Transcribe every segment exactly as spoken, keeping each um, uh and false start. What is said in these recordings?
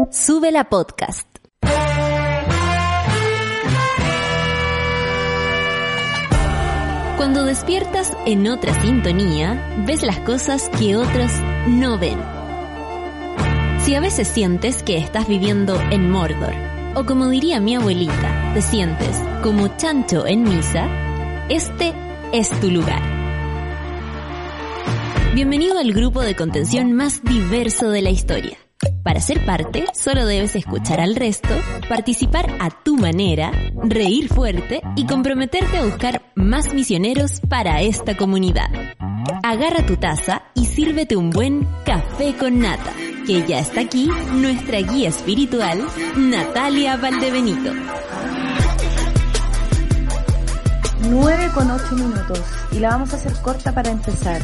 Sube la podcast. Cuando despiertas en otra sintonía, ves las cosas que otros no ven. Si a veces sientes que estás viviendo en Mordor, o como diría mi abuelita, te sientes como chancho en misa, este es tu lugar. Bienvenido al grupo de contención más diverso de la historia. Para ser parte, solo debes escuchar al resto, participar a tu manera, reír fuerte y comprometerte a buscar más misioneros para esta comunidad. Agarra tu taza y sírvete un buen café con nata, que ya está aquí nuestra guía espiritual, Natalia Valdebenito. nueve con ocho minutos y la vamos a hacer corta para empezar.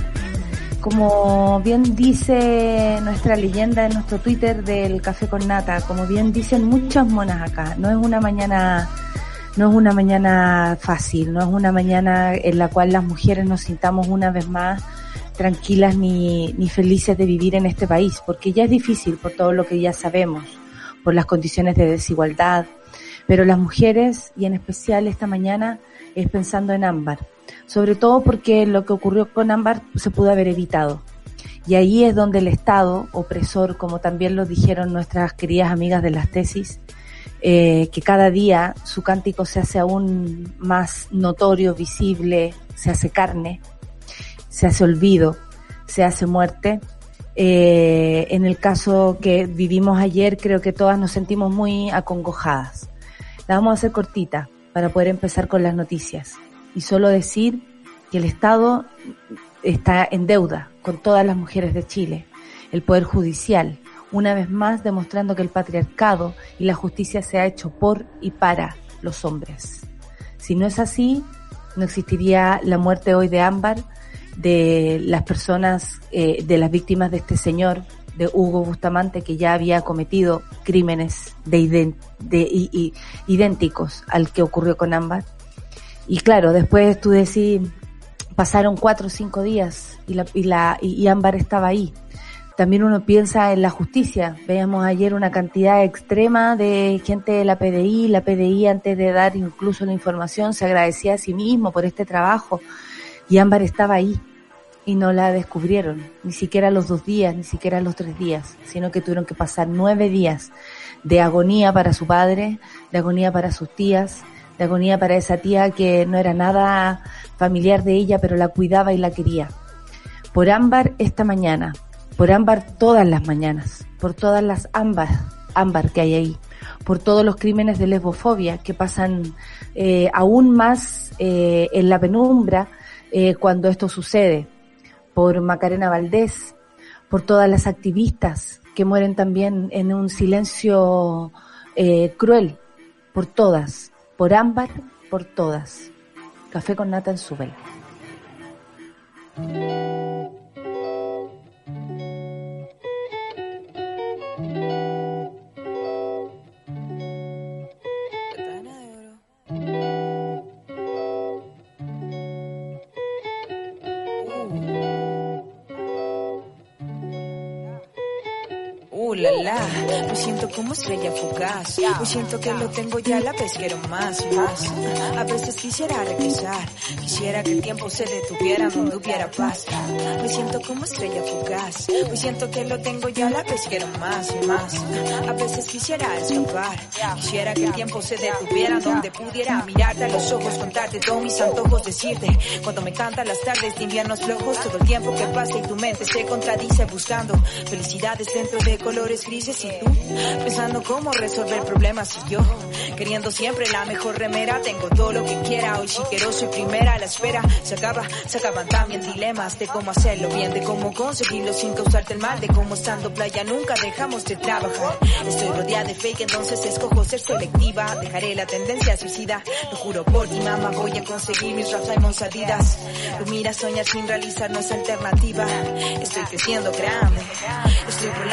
Como bien dice nuestra leyenda en nuestro Twitter del Café con Nata, como bien dicen muchas monas acá, no es una mañana, no es una mañana fácil, no es una mañana en la cual las mujeres nos sintamos una vez más tranquilas ni, ni felices de vivir en este país, porque ya es difícil por todo lo que ya sabemos, por las condiciones de desigualdad, pero las mujeres, y en especial esta mañana, es pensando en Ámbar. Sobre todo porque lo que ocurrió con Ámbar se pudo haber evitado. Y ahí es donde el Estado opresor, como también lo dijeron nuestras queridas amigas de las tesis, eh, que cada día su cántico se hace aún más notorio, visible, se hace carne, se hace olvido, se hace muerte. Eh, en el caso que vivimos ayer, creo que todas nos sentimos muy acongojadas. La vamos a hacer cortita para poder empezar con las noticias. Y solo decir que el Estado está en deuda con todas las mujeres de Chile. El Poder Judicial, una vez más demostrando que el patriarcado y la justicia se ha hecho por y para los hombres. Si no es así, no existiría la muerte hoy de Ámbar, de las personas, eh, de las víctimas de este señor, de Hugo Bustamante, que ya había cometido crímenes de, ident- de y, y, idénticos al que ocurrió con Ámbar. Y claro, después tú decís, pasaron cuatro o cinco días y la, y la, y, y Ámbar estaba ahí. También uno piensa en la justicia. Veíamos ayer una cantidad extrema de gente de la P D I. La P D I, antes de dar incluso la información, se agradecía a sí mismo por este trabajo. Y Ámbar estaba ahí y no la descubrieron. Ni siquiera los dos días, ni siquiera los tres días, sino que tuvieron que pasar nueve días de agonía para su padre, de agonía para sus tías, de agonía para esa tía que no era nada familiar de ella, pero la cuidaba y la quería. Por Ámbar esta mañana, por Ámbar todas las mañanas, por todas las Ámbar, Ámbar que hay ahí, por todos los crímenes de lesbofobia que pasan eh, aún más eh, en la penumbra eh, cuando esto sucede, por Macarena Valdés, por todas las activistas que mueren también en un silencio eh, cruel, por todas. Por Ámbar, por todas. Café con nata en Súbela. Uh, la, la, me siento como estrella fugaz. Me siento que lo tengo ya a la vez, quiero más, más. A veces quisiera regresar, quisiera que el tiempo se detuviera donde hubiera paz. Me siento como estrella fugaz. Me siento que lo tengo ya a la vez, quiero más, más. A veces quisiera escapar, quisiera que el tiempo se detuviera donde pudiera mirarte a los ojos, contarte todos mis antojos, decirte cuando me cantan las tardes de inviernos flojos, todo el tiempo que pasa y tu mente se contradice buscando felicidades dentro de colores grises y tú pensando cómo resolver problemas y yo queriendo siempre la mejor remera. Tengo todo lo que quiera, hoy sí quiero, soy primera. La espera se acaba, se acaban también dilemas de cómo hacerlo bien, de cómo conseguirlo sin causarte el mal, de cómo estando playa nunca dejamos de trabajar. Estoy rodeada de fake, entonces escojo ser selectiva. Dejaré la tendencia suicida, lo juro por ti mamá, voy a conseguir mis raps Raymond salidas. Tú miras soñar sin realizar no es alternativa. Estoy creciendo grande, estoy volando más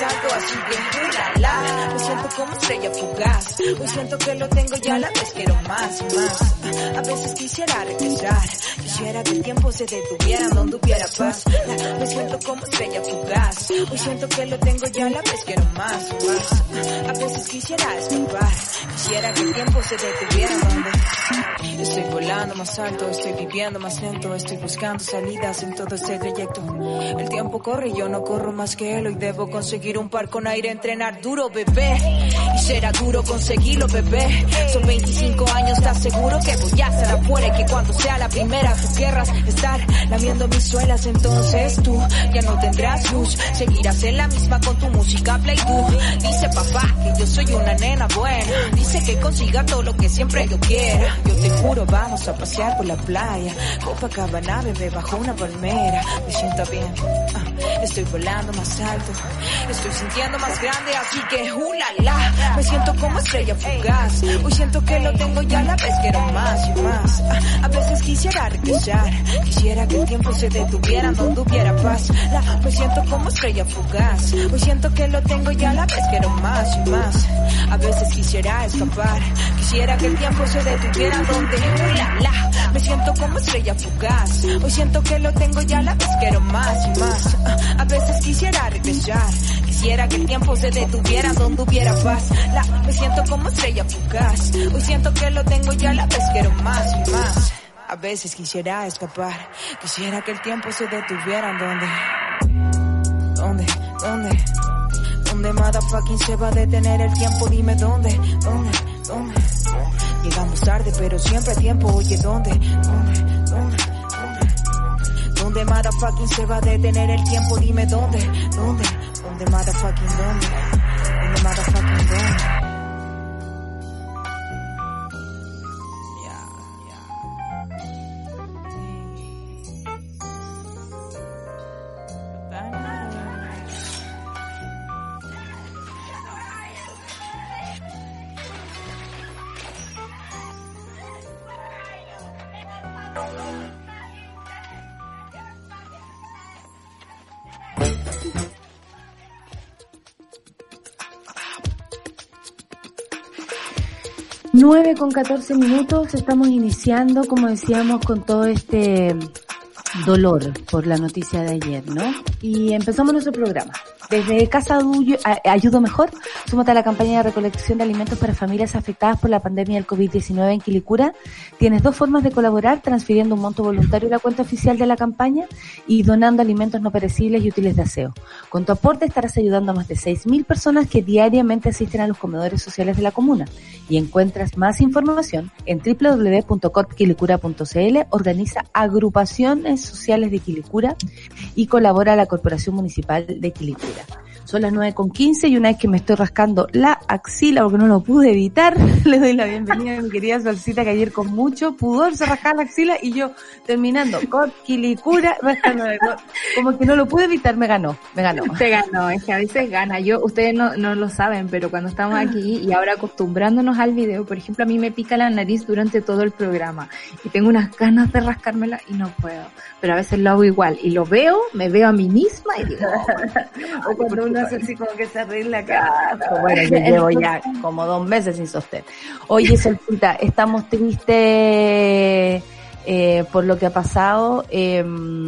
alto, así que la la. Me siento como estrella fugaz. Hoy siento que lo tengo y a la vez quiero más y más. A veces quisiera regresar. Quisiera que el tiempo se detuviera donde hubiera paz. La, me siento como estrella fugaz. Hoy siento que lo tengo y a la vez quiero más y más. A veces quisiera escapar. Quisiera que el tiempo se detuviera donde estoy volando más alto, estoy viviendo más lento, estoy buscando salidas en todo este trayecto. El tiempo corre y yo no corro más que él. Hoy debo conseguir un par con aire, entrenar duro, bebé. Y será duro conseguirlo, bebé. Son veinticinco años, ¿estás seguro que voy a estar afuera? Y que cuando sea la primera tú querrás estar lamiendo mis suelas. Entonces tú ya no tendrás luz, seguirás en la misma con tu música play tú. Dice papá que yo soy una nena buena, dice que consiga todo lo que siempre yo quiera. Yo te juro, vamos a pasear por la playa, Copacabana, bebé, bajo una palmera. Me siento bien, uh, estoy volando más alto, estoy sintiendo más grande, así que uh, la, la. Me siento como estrella fugaz. Hoy siento que lo tengo y a la vez quiero más y más. uh, A veces quisiera regresar, quisiera que el tiempo se detuviera donde hubiera paz. La, me siento como estrella fugaz. Hoy siento que lo tengo y a la vez quiero más y más. A veces quisiera escapar, quisiera que el tiempo se detuviera donde uh, la, la. Me siento como estrella fugaz. Hoy siento que lo tengo y a la vez quiero más y más. uh, A veces quisiera regresar, quisiera que el tiempo se detuviera donde hubiera paz. La, me siento como estrella fugaz. Hoy siento que lo tengo y a la vez quiero más y más. A veces quisiera escapar, quisiera que el tiempo se detuviera donde, donde, donde, donde motherfucking se va a detener el tiempo. Dime dónde, dónde, dónde. Llegamos tarde pero siempre a tiempo. Oye, ¿dónde, dónde, dónde, dónde? ¿Dónde motherfucking se va a detener el tiempo? Dime dónde, dónde, dónde motherfucking dónde, dónde motherfucking dónde. nueve con catorce minutos, estamos iniciando, como decíamos, con todo este dolor por la noticia de ayer, ¿no? Y empezamos nuestro programa. Desde Casa Ayudo Mejor, súmate a la campaña de recolección de alimentos para familias afectadas por la pandemia del covid diecinueve en Quilicura. Tienes dos formas de colaborar: transfiriendo un monto voluntario a la cuenta oficial de la campaña y donando alimentos no perecibles y útiles de aseo. Con tu aporte estarás ayudando a más de seis mil personas que diariamente asisten a los comedores sociales de la comuna. Y encuentras más información en doble u doble u doble u punto corp quilicura punto c l. Organiza agrupaciones sociales de Quilicura y colabora a la Corporación Municipal de Quilicura. Son las nueve con quince y una vez que me estoy rascando la axila porque no lo pude evitar, le doy la bienvenida a mi querida Solcita, que ayer con mucho pudor se rascaba la axila y yo terminando con Quilicura, rascándome, como que no lo pude evitar, me ganó, me ganó. Te ganó, es que a veces gana. Yo, ustedes no, no lo saben, pero cuando estamos aquí y ahora acostumbrándonos al video, por ejemplo, a mí me pica la nariz durante todo el programa y tengo unas ganas de rascármela y no puedo, pero a veces lo hago igual y lo veo, me veo a mí misma y digo, oh, o cuando uno hace así como que se arregla acá. Bueno, yo llevo ya como dos meses sin sostén. Oye, Solcita, estamos tristes eh, por lo que ha pasado. Eh,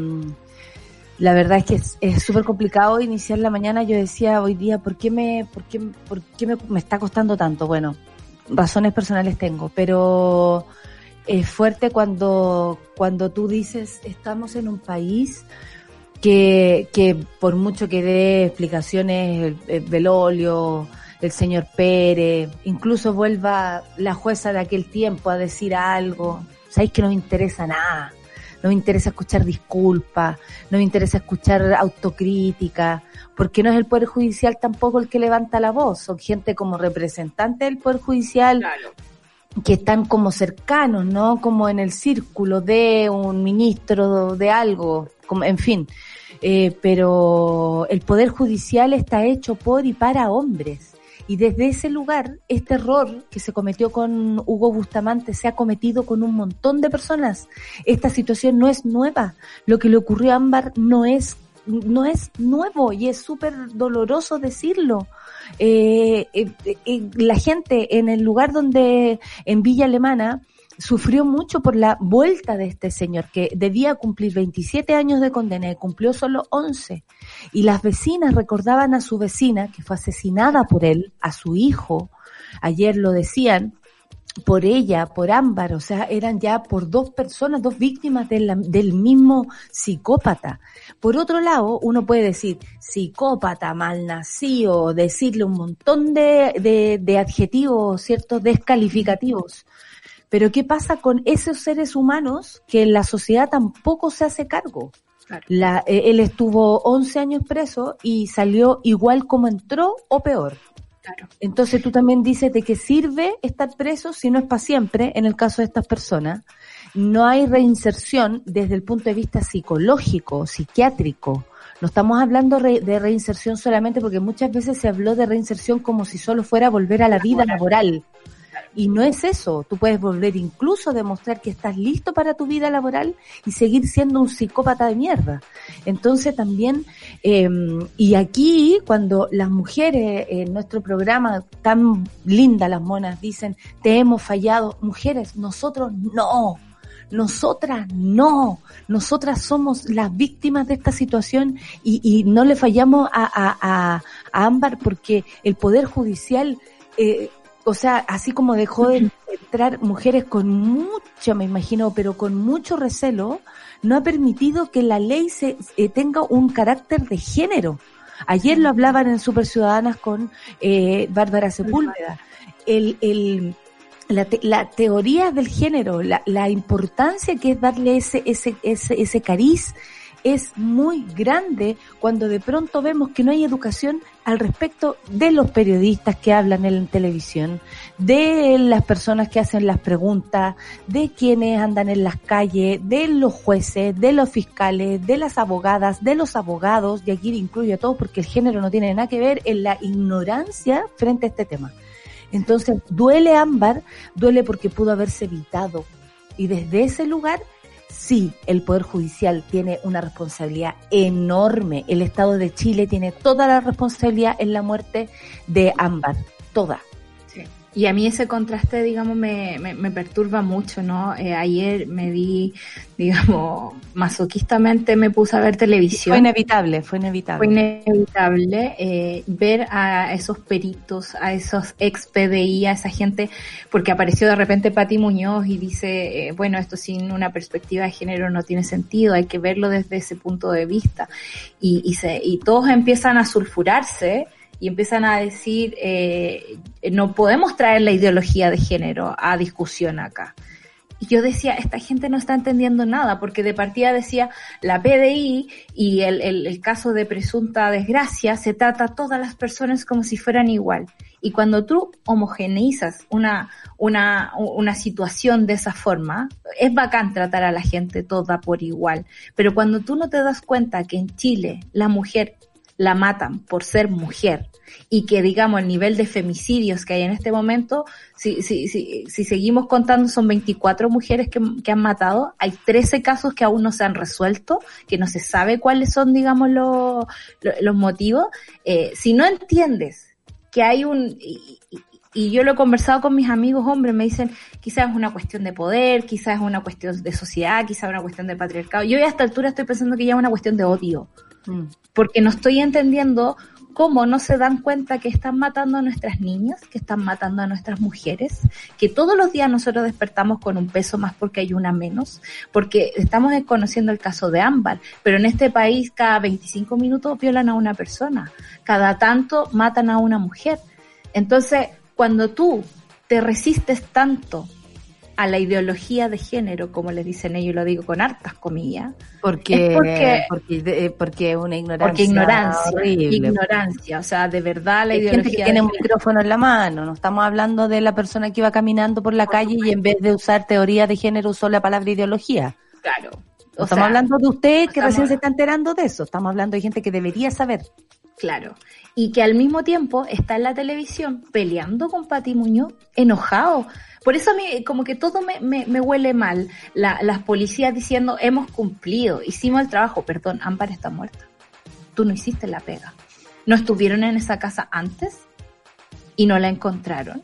la verdad es que es súper complicado iniciar la mañana. Yo decía hoy día, ¿por qué me, por qué, por qué me, me está costando tanto? Bueno, razones personales tengo, pero es fuerte cuando, cuando tú dices, estamos en un país que, que por mucho que dé explicaciones el, el Belolio, el señor Pérez, incluso vuelva la jueza de aquel tiempo a decir algo, sabéis que no me interesa nada, no me interesa escuchar disculpas, no me interesa escuchar autocrítica, porque no es el Poder Judicial tampoco el que levanta la voz, son gente como representante del Poder Judicial, claro, que están como cercanos, ¿no? Como en el círculo de un ministro de algo, como, en fin. Eh, pero el Poder Judicial está hecho por y para hombres. Y desde ese lugar, este error que se cometió con Hugo Bustamante se ha cometido con un montón de personas. Esta situación no es nueva. Lo que le ocurrió a Ámbar no es no es nuevo y es súper doloroso decirlo. Eh, eh, eh, la gente en el lugar donde, en Villa Alemana, sufrió mucho por la vuelta de este señor que debía cumplir veintisiete años de condena y cumplió solo once. Y las vecinas recordaban a su vecina que fue asesinada por él, a su hijo, ayer lo decían, por ella, por Ámbar, o sea, eran ya por dos personas, dos víctimas de la, del mismo psicópata. Por otro lado, uno puede decir psicópata, malnacido, decirle un montón de, de, de adjetivos, ciertos descalificativos. Pero ¿qué pasa con esos seres humanos que la sociedad tampoco se hace cargo? Claro. La, eh, él estuvo once años preso y salió igual como entró o peor. Claro. Entonces tú también dices de qué sirve estar preso si no es para siempre, en el caso de estas personas. No hay reinserción desde el punto de vista psicológico, psiquiátrico. No estamos hablando re- de reinserción solamente porque muchas veces se habló de reinserción como si solo fuera volver a la vida laboral. Y no es eso, tú puedes volver incluso a demostrar que estás listo para tu vida laboral y seguir siendo un psicópata de mierda. Entonces también, eh, y aquí cuando las mujeres en nuestro programa, tan lindas las monas, dicen, te hemos fallado, mujeres, nosotros no. Nosotras no, nosotras somos las víctimas de esta situación y, y no le fallamos a, a, a, a Ámbar porque el Poder Judicial, eh, o sea, así como dejó de entrar mujeres con mucho, me imagino, pero con mucho recelo, no ha permitido que la ley se eh, tenga un carácter de género. Ayer lo hablaban en Super Ciudadanas con eh, Bárbara Sepúlveda. El, el, la, te, la teoría del género, la, la importancia que es darle ese, ese, ese, ese cariz, es muy grande cuando de pronto vemos que no hay educación al respecto de los periodistas que hablan en televisión, de las personas que hacen las preguntas, de quienes andan en las calles, de los jueces, de los fiscales, de las abogadas, de los abogados, y aquí incluyo a todos porque el género no tiene nada que ver en la ignorancia frente a este tema. Entonces, duele Ámbar, duele porque pudo haberse evitado. Y desde ese lugar, sí, el Poder Judicial tiene una responsabilidad enorme. El Estado de Chile tiene toda la responsabilidad en la muerte de Ámbar, toda. Sí. Y a mí ese contraste, digamos, me, me, me perturba mucho, ¿no? Eh, ayer me di, digamos, masoquistamente me puse a ver televisión. Fue inevitable, fue inevitable. Fue inevitable eh, ver a esos peritos, a esos ex P D I, a esa gente, porque apareció de repente Pati Muñoz y dice, eh, bueno, esto sin una perspectiva de género no tiene sentido, hay que verlo desde ese punto de vista. Y, y, se, y todos empiezan a sulfurarse y empiezan a decir, eh, no podemos traer la ideología de género a discusión acá. Y yo decía, esta gente no está entendiendo nada, porque de partida decía, la P D I y el, el, el caso de presunta desgracia, se trata a todas las personas como si fueran igual. Y cuando tú homogeneizas una, una, una situación de esa forma, es bacán tratar a la gente toda por igual. Pero cuando tú no te das cuenta que en Chile la mujer la matan por ser mujer y que, digamos, el nivel de femicidios que hay en este momento, si, si, si, si seguimos contando, son veinticuatro mujeres que, que han matado, hay trece casos que aún no se han resuelto, que no se sabe cuáles son, digamos, los, los motivos. Eh, si no entiendes que hay un... Y, y, y yo lo he conversado con mis amigos hombres, me dicen, quizás es una cuestión de poder, quizás es una cuestión de sociedad, quizás es una cuestión de patriarcado. Yo a esta altura estoy pensando que ya es una cuestión de odio. Mm. Porque no estoy entendiendo cómo no se dan cuenta que están matando a nuestras niñas, que están matando a nuestras mujeres, que todos los días nosotros despertamos con un peso más porque hay una menos, porque estamos conociendo el caso de Ámbar, pero en este país cada veinticinco minutos violan a una persona, cada tanto matan a una mujer. Entonces, cuando tú te resistes tanto a la ideología de género, como le dicen ellos, lo digo con hartas comillas, porque es porque porque porque una ignorancia, porque ignorancia, horrible. ignorancia, o sea, de verdad la Hay ideología gente que tiene de un micrófono en la mano, no estamos hablando de la persona que iba caminando por la calle y en vez de usar teoría de género usó la palabra ideología. Claro. O estamos sea, hablando de usted que estamos... recién se está enterando de eso, estamos hablando de gente que debería saber. Claro, y que al mismo tiempo está en la televisión peleando con Pati Muñoz, enojado. Por eso a mí como que todo me, me, me huele mal. La, las policías diciendo, hemos cumplido, hicimos el trabajo. Perdón, Ámbar está muerta. tú no hiciste la pega. ¿No estuvieron en esa casa antes y no la encontraron?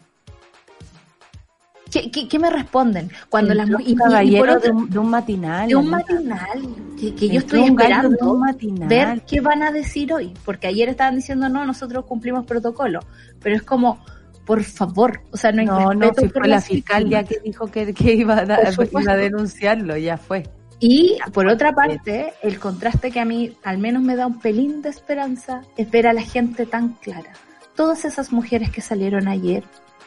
¿Qué, qué, qué me responden? Cuando las mujeres de, un, de un matinal. De un matinal. Que, que yo estoy esperando ver qué van a decir hoy. Porque ayer estaban diciendo, no, nosotros cumplimos protocolo. Pero es como, por favor, o sea, no hay no, respeto. No, si fue la fiscal ya que dijo que, que iba, a dar, iba a denunciarlo, ya fue. Y por otra parte, el contraste que a mí al menos me da un pelín de esperanza es ver a la gente tan clara. Todas esas mujeres que salieron ayer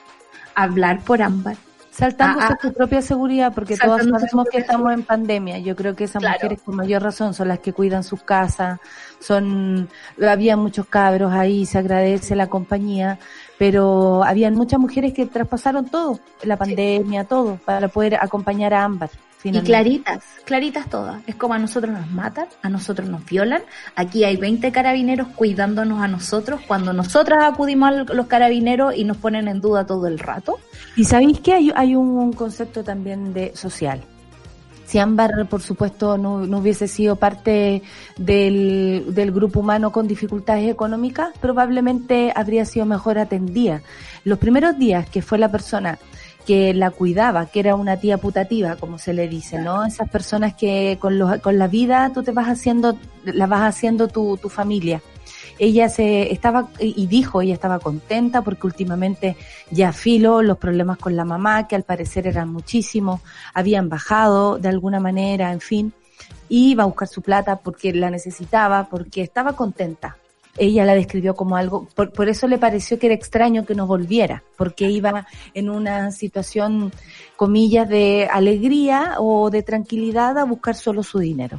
a hablar por Ámbar, saltándose ah, su propia seguridad, porque todos sabemos que estamos en pandemia. Yo creo que esas claro. mujeres con mayor razón son las que cuidan sus casas, son, había muchos cabros ahí, se agradece la compañía, pero habían muchas mujeres que traspasaron todo, la pandemia, sí. todo, para poder acompañar a Ámbar. Y claritas, claritas todas. Es como a nosotros nos matan, a nosotros nos violan. Aquí hay veinte carabineros cuidándonos a nosotros cuando nosotras acudimos a los carabineros y nos ponen en duda todo el rato. Y ¿sabéis que hay, hay un concepto también de social? Si Ámbar, por supuesto, no, no hubiese sido parte del, del grupo humano con dificultades económicas, probablemente habría sido mejor atendida. Los primeros días que fue la persona que la cuidaba, que era una tía putativa, como se le dice, ¿no? Esas personas que con los, con la vida tú te vas haciendo, la vas haciendo tu, tu familia. Ella se estaba, y dijo, ella estaba contenta porque últimamente ya filo los problemas con la mamá, que al parecer eran muchísimos, habían bajado de alguna manera, en fin, y iba a buscar su plata porque la necesitaba, porque estaba contenta. Ella la describió como algo, por, por eso le pareció que era extraño que no volviera, porque iba en una situación, comillas, de alegría o de tranquilidad a buscar solo su dinero.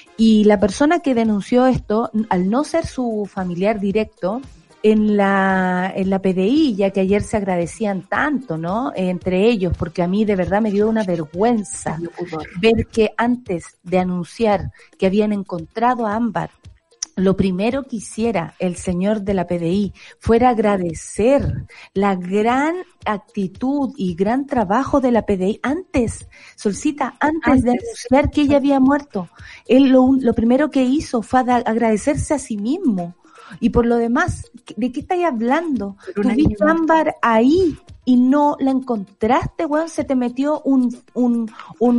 Y la persona que denunció esto, al no ser su familiar directo, en la, en la P D I, ya que ayer se agradecían tanto, ¿no? Entre ellos, porque a mí de verdad me dio una vergüenza ver que antes de anunciar que habían encontrado a Ámbar, lo primero que hiciera el señor de la P D I fuera agradecer la gran actitud y gran trabajo de la P D I antes, Solcita, antes, antes. de anunciar que ella había muerto. Él lo, lo primero que hizo fue agradecerse a sí mismo. Y por lo demás, ¿de qué estáis hablando? Tú viste a Ámbar ahí y no la encontraste, weón, se te metió un, un,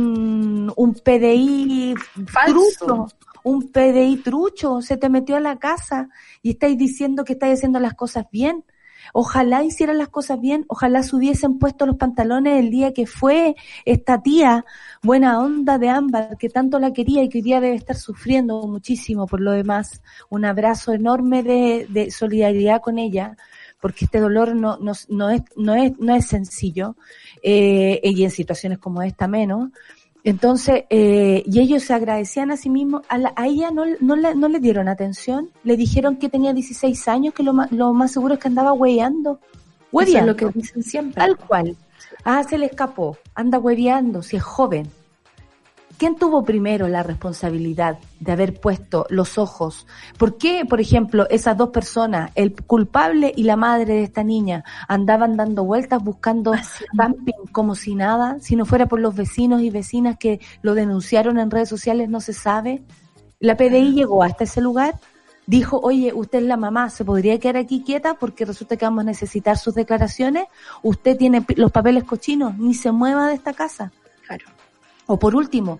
un, un P D I falso. Un P D I trucho, se te metió a la casa y estáis diciendo que estáis haciendo las cosas bien. Ojalá hicieran las cosas bien, ojalá se hubiesen puesto los pantalones el día que fue esta tía buena onda de Ámbar, que tanto la quería y que hoy día debe estar sufriendo muchísimo por lo demás. Un abrazo enorme de, de solidaridad con ella, porque este dolor no, no, no es, no es, no es sencillo, eh, y en situaciones como esta menos. Entonces, eh, y ellos se agradecían a sí mismos, a, la, a ella no, no, le, no le dieron atención, le dijeron que tenía dieciséis años, que lo más, lo más seguro es que andaba hueveando. Eso es lo que dicen siempre. Tal cual. Ah, se le escapó, anda hueveando, si es joven. ¿Quién tuvo primero la responsabilidad de haber puesto los ojos? ¿Por qué, por ejemplo, esas dos personas, el culpable y la madre de esta niña, andaban dando vueltas buscando camping como si nada? Si no fuera por los vecinos y vecinas que lo denunciaron en redes sociales, no se sabe. La P D I llegó hasta ese lugar, dijo, oye, usted es la mamá, ¿se podría quedar aquí quieta? Porque resulta que vamos a necesitar sus declaraciones. Usted tiene los papeles cochinos, ni se mueva de esta casa. Claro. O por último,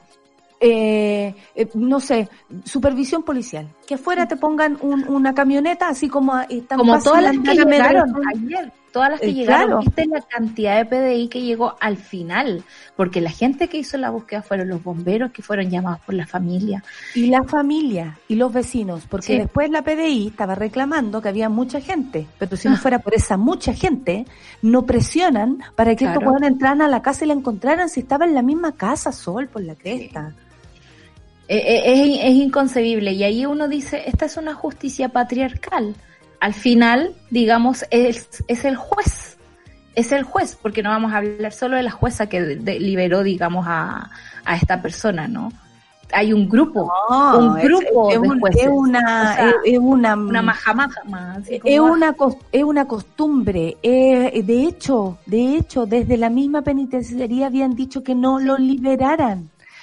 eh, eh, no sé, supervisión policial. Que afuera te pongan un, una camioneta, así como están como todas las que llegaron ayer. Todas las que eh, llegaron, claro. Viste la cantidad de P D I que llegó al final, porque la gente que hizo la búsqueda fueron los bomberos que fueron llamados por la familia. Y la familia y los vecinos, porque sí. Después la P D I estaba reclamando que había mucha gente, pero si no fuera por esa mucha gente, no presionan para que claro. estos puedan entrar a la casa y la encontraran si estaba en la misma casa, Sol, por la cresta. Sí. Es, es inconcebible, y ahí uno dice, esta es una justicia patriarcal. Al final, digamos, es, es el juez, es el juez, porque no vamos a hablar solo de la jueza que de, de, liberó, digamos, a, a esta persona, ¿no? Hay un grupo, no, un grupo es, es de jueces. Es una, o sea, es, es una, una majamaja más. Es una, es una costumbre. Eh, de hecho, de hecho, desde la misma penitenciaría habían dicho que no lo liberaran.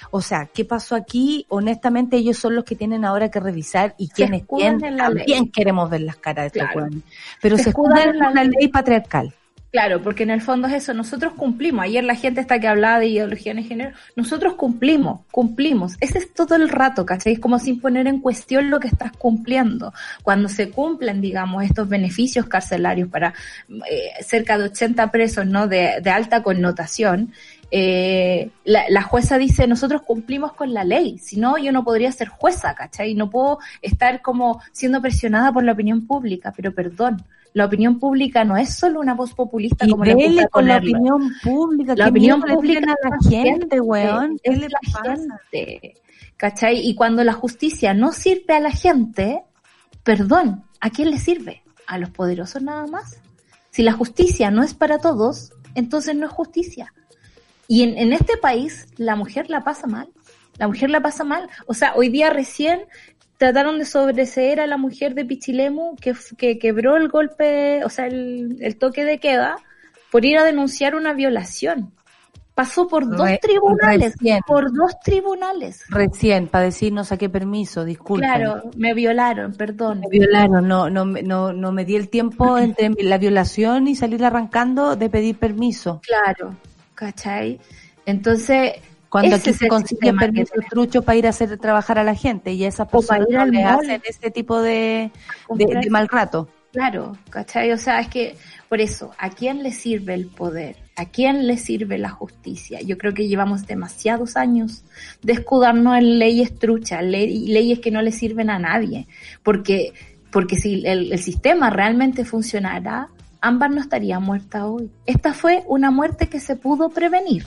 o sea, ¿qué pasó aquí? Honestamente, ellos son los que tienen ahora que revisar y quienes tienen, también ley. Queremos ver las caras de estos jóvenes. Pero se, se escudan en la ley. ley patriarcal. Claro, porque en el fondo es eso, nosotros cumplimos. Ayer la gente está que hablaba de ideología de género, nosotros cumplimos, cumplimos. Ese es todo el rato, ¿cachai? Es como sin poner en cuestión lo que estás cumpliendo. Cuando se cumplen, digamos, estos beneficios carcelarios para eh, cerca de ochenta presos, ¿no? De, de alta connotación, eh, la, la jueza dice, nosotros cumplimos con la ley, si no yo no podría ser jueza, ¿cachai? No puedo estar como siendo presionada por la opinión pública, pero perdón. La opinión pública no es solo una voz populista y como le gusta con la opinión pública, la opinión pública a la gente, weón, es la gente, ¿cachai? Y cuando la justicia no sirve a la gente, perdón, ¿a quién le sirve? ¿A los poderosos nada más? Si la justicia no es para todos, entonces no es justicia. Y en, en este país la mujer la pasa mal, la mujer la pasa mal, o sea, hoy día recién trataron de sobreseer a la mujer de Pichilemu que, que quebró el golpe, o sea, el, el toque de queda por ir a denunciar una violación. Pasó por dos Re, tribunales, recién, por dos tribunales. Recién, para decir no saqué permiso, disculpen. Claro, me violaron, perdón. Me violaron, no, no, no, no me di el tiempo entre la violación y salir arrancando de pedir permiso. Claro, ¿cachai? Entonces... Cuando aquí se consigue permiso trucho para ir a hacer trabajar a la gente y a esas personas no le hacen ese tipo de, de, de mal rato. Claro, ¿cachai? O sea, es que por eso, ¿a quién le sirve el poder? ¿A quién le sirve la justicia? Yo creo que llevamos demasiados años de escudarnos en leyes truchas, ley, leyes que no le sirven a nadie. Porque, porque si el, el sistema realmente funcionara, Ámbar no estaría muerta hoy. Esta fue una muerte que se pudo prevenir.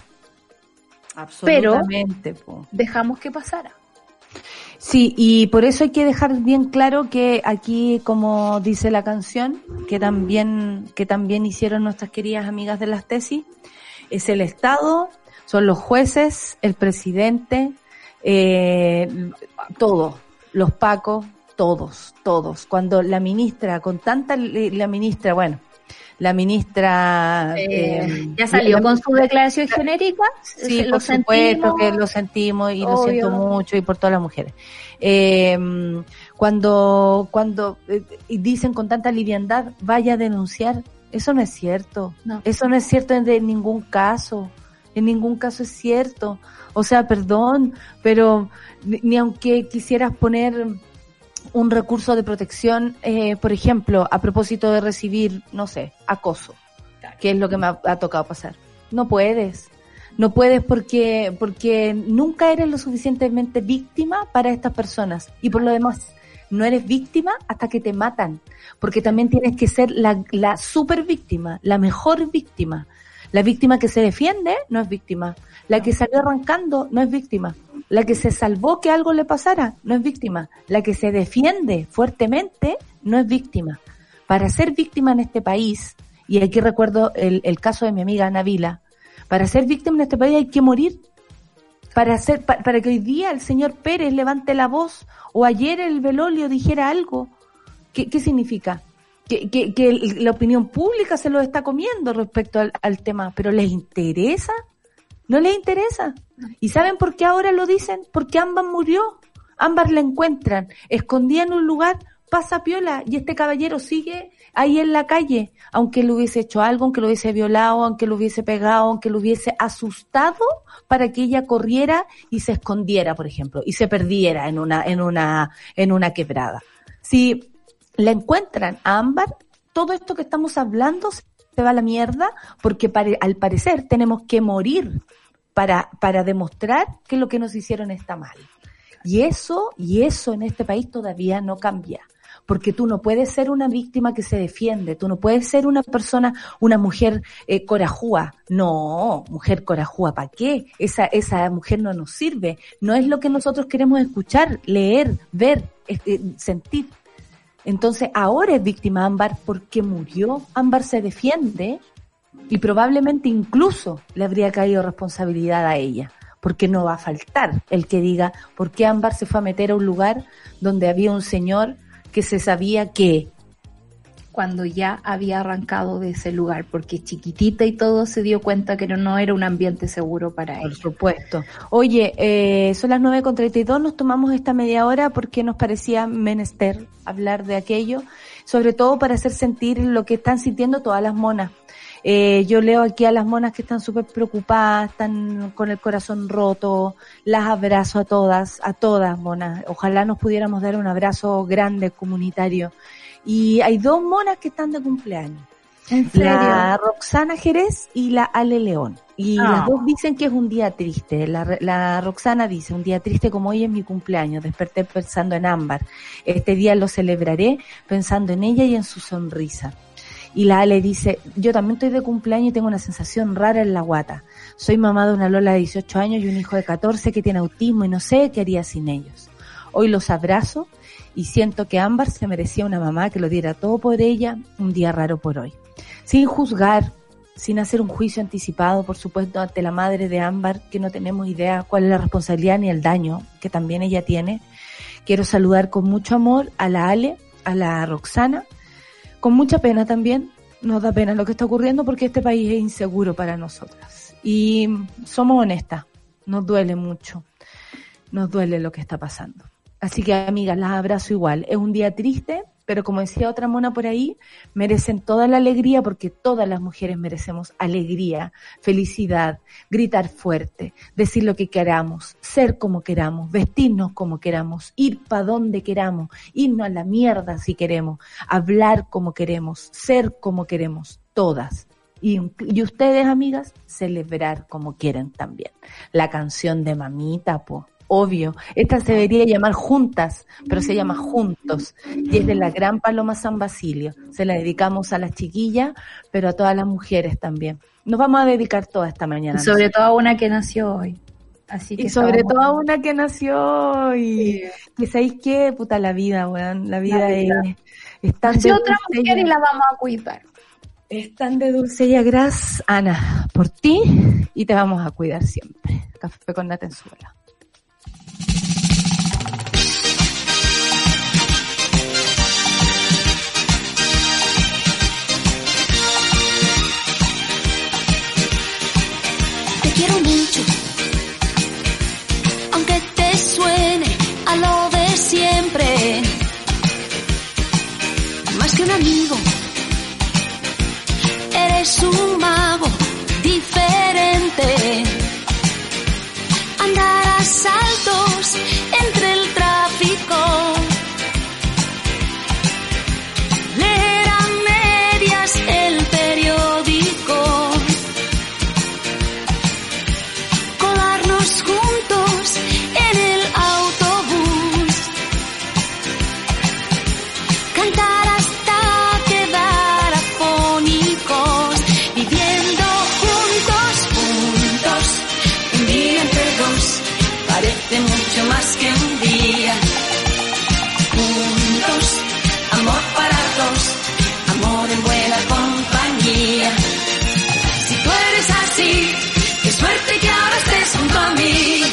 Absolutamente, pero po. dejamos que pasara. Sí, y por eso hay que dejar bien claro que aquí, como dice la canción, que también, que también hicieron nuestras queridas amigas de las tesis, es el Estado, son los jueces, el presidente, eh, todos, los pacos, todos, todos. Cuando la ministra, con tanta, la ministra, bueno, la ministra eh, eh, ya salió la, con su declaración la, genérica. Sí, lo por supuesto sentimos, que lo sentimos y obvio. Lo siento mucho y por todas las mujeres. Eh, cuando cuando eh, dicen con tanta liviandad, vaya a denunciar, eso no es cierto. No. Eso no es cierto en, en ningún caso. En ningún caso es cierto. O sea, perdón, pero ni, ni aunque quisieras poner un recurso de protección, eh, por ejemplo, a propósito de recibir, no sé, acoso, claro. Que es lo que me ha, ha tocado pasar. No puedes, no puedes porque porque nunca eres lo suficientemente víctima para estas personas. Y por lo demás, no eres víctima hasta que te matan, porque también tienes que ser la, la super víctima, la mejor víctima. La víctima que se defiende no es víctima. La que salió arrancando no es víctima. La que se salvó que algo le pasara no es víctima. La que se defiende fuertemente no es víctima. Para ser víctima en este país, y aquí recuerdo el, el caso de mi amiga Ana Vila, para ser víctima en este país hay que morir. Para hacer, para, para que hoy día el señor Pérez levante la voz, o ayer el Belolio dijera algo. ¿Qué, qué significa? Que, que, que la opinión pública se lo está comiendo respecto al, al tema, pero ¿les interesa? No les interesa. ¿Y saben por qué ahora lo dicen? Porque Ámbar murió. Ámbar la encuentran, escondida en un lugar, pasa piola, y este caballero sigue ahí en la calle, aunque le hubiese hecho algo, aunque lo hubiese violado, aunque lo hubiese pegado, aunque lo hubiese asustado para que ella corriera y se escondiera, por ejemplo, y se perdiera en una, en una, en una quebrada. Si la encuentran a Ámbar, todo esto que estamos hablando se va a la mierda, porque pare, al parecer tenemos que morir para, para demostrar que lo que nos hicieron está mal. Y eso, y eso en este país todavía no cambia. Porque tú no puedes ser una víctima que se defiende, tú no puedes ser una persona, una mujer eh, corajúa. No, mujer corajúa, ¿para qué? Esa, esa mujer no nos sirve. No es lo que nosotros queremos escuchar, leer, ver, eh, sentir. Entonces ahora es víctima Ámbar porque murió. Ámbar se defiende y probablemente incluso le habría caído responsabilidad a ella, porque no va a faltar el que diga por qué Ámbar se fue a meter a un lugar donde había un señor que se sabía que cuando ya había arrancado de ese lugar, porque chiquitita y todo se dio cuenta que no, no era un ambiente seguro para ella. Por supuesto. Oye, eh, son las nueve con treinta y dos, nos tomamos esta media hora porque nos parecía menester hablar de aquello, sobre todo para hacer sentir lo que están sintiendo todas las monas. Eh, yo leo aquí a las monas que están súper preocupadas, están con el corazón roto, las abrazo a todas, a todas monas. Ojalá nos pudiéramos dar un abrazo grande, comunitario. Y hay dos monas que están de cumpleaños. ¿En serio? La Roxana Jerez y la Ale León. Y Ah. las dos dicen que es un día triste. La, la Roxana dice, un día triste como hoy es mi cumpleaños. Desperté pensando en Ámbar. Este día lo celebraré pensando en ella y en su sonrisa. Y la Ale dice, yo también estoy de cumpleaños y tengo una sensación rara en la guata. Soy mamá de una Lola de dieciocho años y un hijo de catorce que tiene autismo y no sé qué haría sin ellos. Hoy los abrazo y siento que Ámbar se merecía una mamá que lo diera todo por ella, un día raro por hoy. Sin juzgar, sin hacer un juicio anticipado, por supuesto, ante la madre de Ámbar, que no tenemos idea cuál es la responsabilidad ni el daño que también ella tiene. Quiero saludar con mucho amor a la Ale, a la Roxana, con mucha pena también. Nos da pena lo que está ocurriendo porque este país es inseguro para nosotras. Y somos honestas, nos duele mucho, nos duele lo que está pasando. Así que, amigas, las abrazo igual. Es un día triste, pero como decía otra mona por ahí, merecen toda la alegría porque todas las mujeres merecemos alegría, felicidad, gritar fuerte, decir lo que queramos, ser como queramos, vestirnos como queramos, ir para donde queramos, irnos a la mierda si queremos, hablar como queremos, ser como queremos, todas. Y, y ustedes, amigas, celebrar como quieren también. La canción de Mamita, po. Obvio, esta se debería llamar Juntas, pero se llama Juntos, y es de la gran Paloma San Basilio. Se la dedicamos a las chiquillas, pero a todas las mujeres también. Nos vamos a dedicar toda esta mañana. Y sobre todo a una que nació hoy. Así que y sobre estamos... todo a una que nació y sí. Que sabéis qué, puta la vida, weón. La vida, la vida. es, es tan nació de otra mujer y la vamos a cuidar. Es tan de dulce y agraz, Ana, por ti, y te vamos a cuidar siempre. Café con nata en suela. Quiero mucho, aunque te suene a lo de siempre, más que un amigo, eres un mago diferente, andar a saltos entre el tráfico, leer a medias el periódico, juntos en el autobús, cantar hasta quedar afónicos, viviendo juntos, juntos, un día entre dos, parece mucho más que un día, juntos, amor para dos, amor en buena compañía, si tú eres así, qué suerte que ahora estés junto a mí.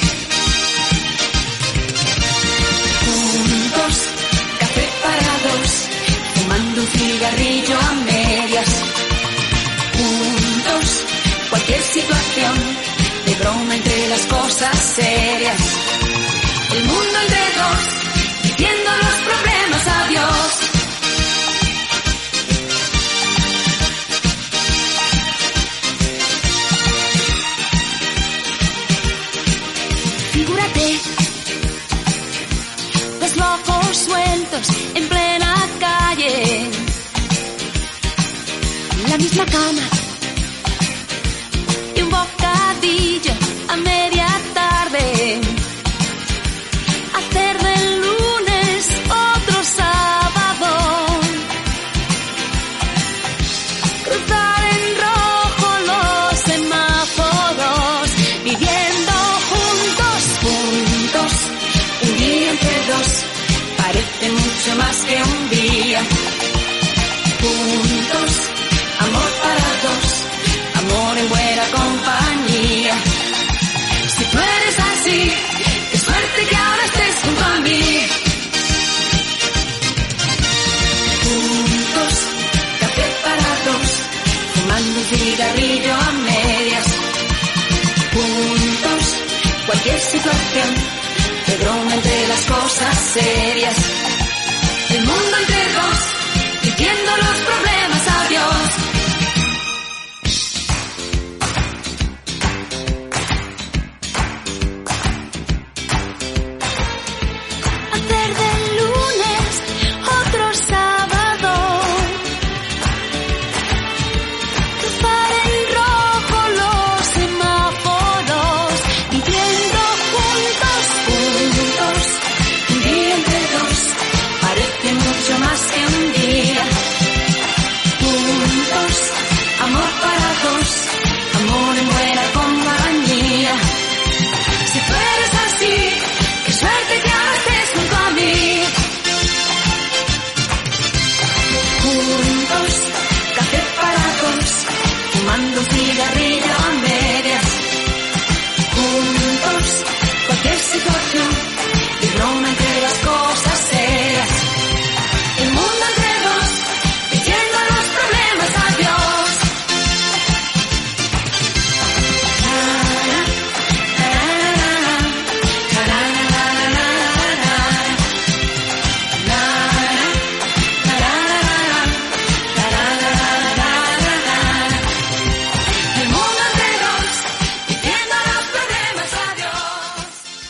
Juntos, café para dos, fumando un cigarrillo a medias. Juntos, cualquier situación, de broma entre las cosas serias. El mundo entre dos, diciendo los problemas a Dios. Figúrate, los locos sueltos en plena calle, la misma cama y un bocadillo a media tarde, hacer del lunes otro sábado, cruzar en rojo los semáforos, viviendo juntos, un día entre dos, parece mucho más que un día. Juntos, amor para dos. cualquier situación, de broma entre las cosas serias. El mundo entre dos, diciendo los problemas a Dios. Hacer del lunes otro sábado, cruzar en rojo los semáforos, viviendo juntos, juntos, un día entre dos, parece mucho más que un día. Juntos, amor para dos, amor en buena compañía. Si tú eres así, qué suerte que ahora estés junto a mí. Juntos, café para dos, fumando un cigarrillo a medias. Juntos, cualquier situación, y broma entre las cosas serias. El mundo entre dos, diciendo los problemas a Dios. La, la, la, la, la, la, la, la, la, la, la, la, la, la. El mundo entre dos, diciendo los problemas a Dios.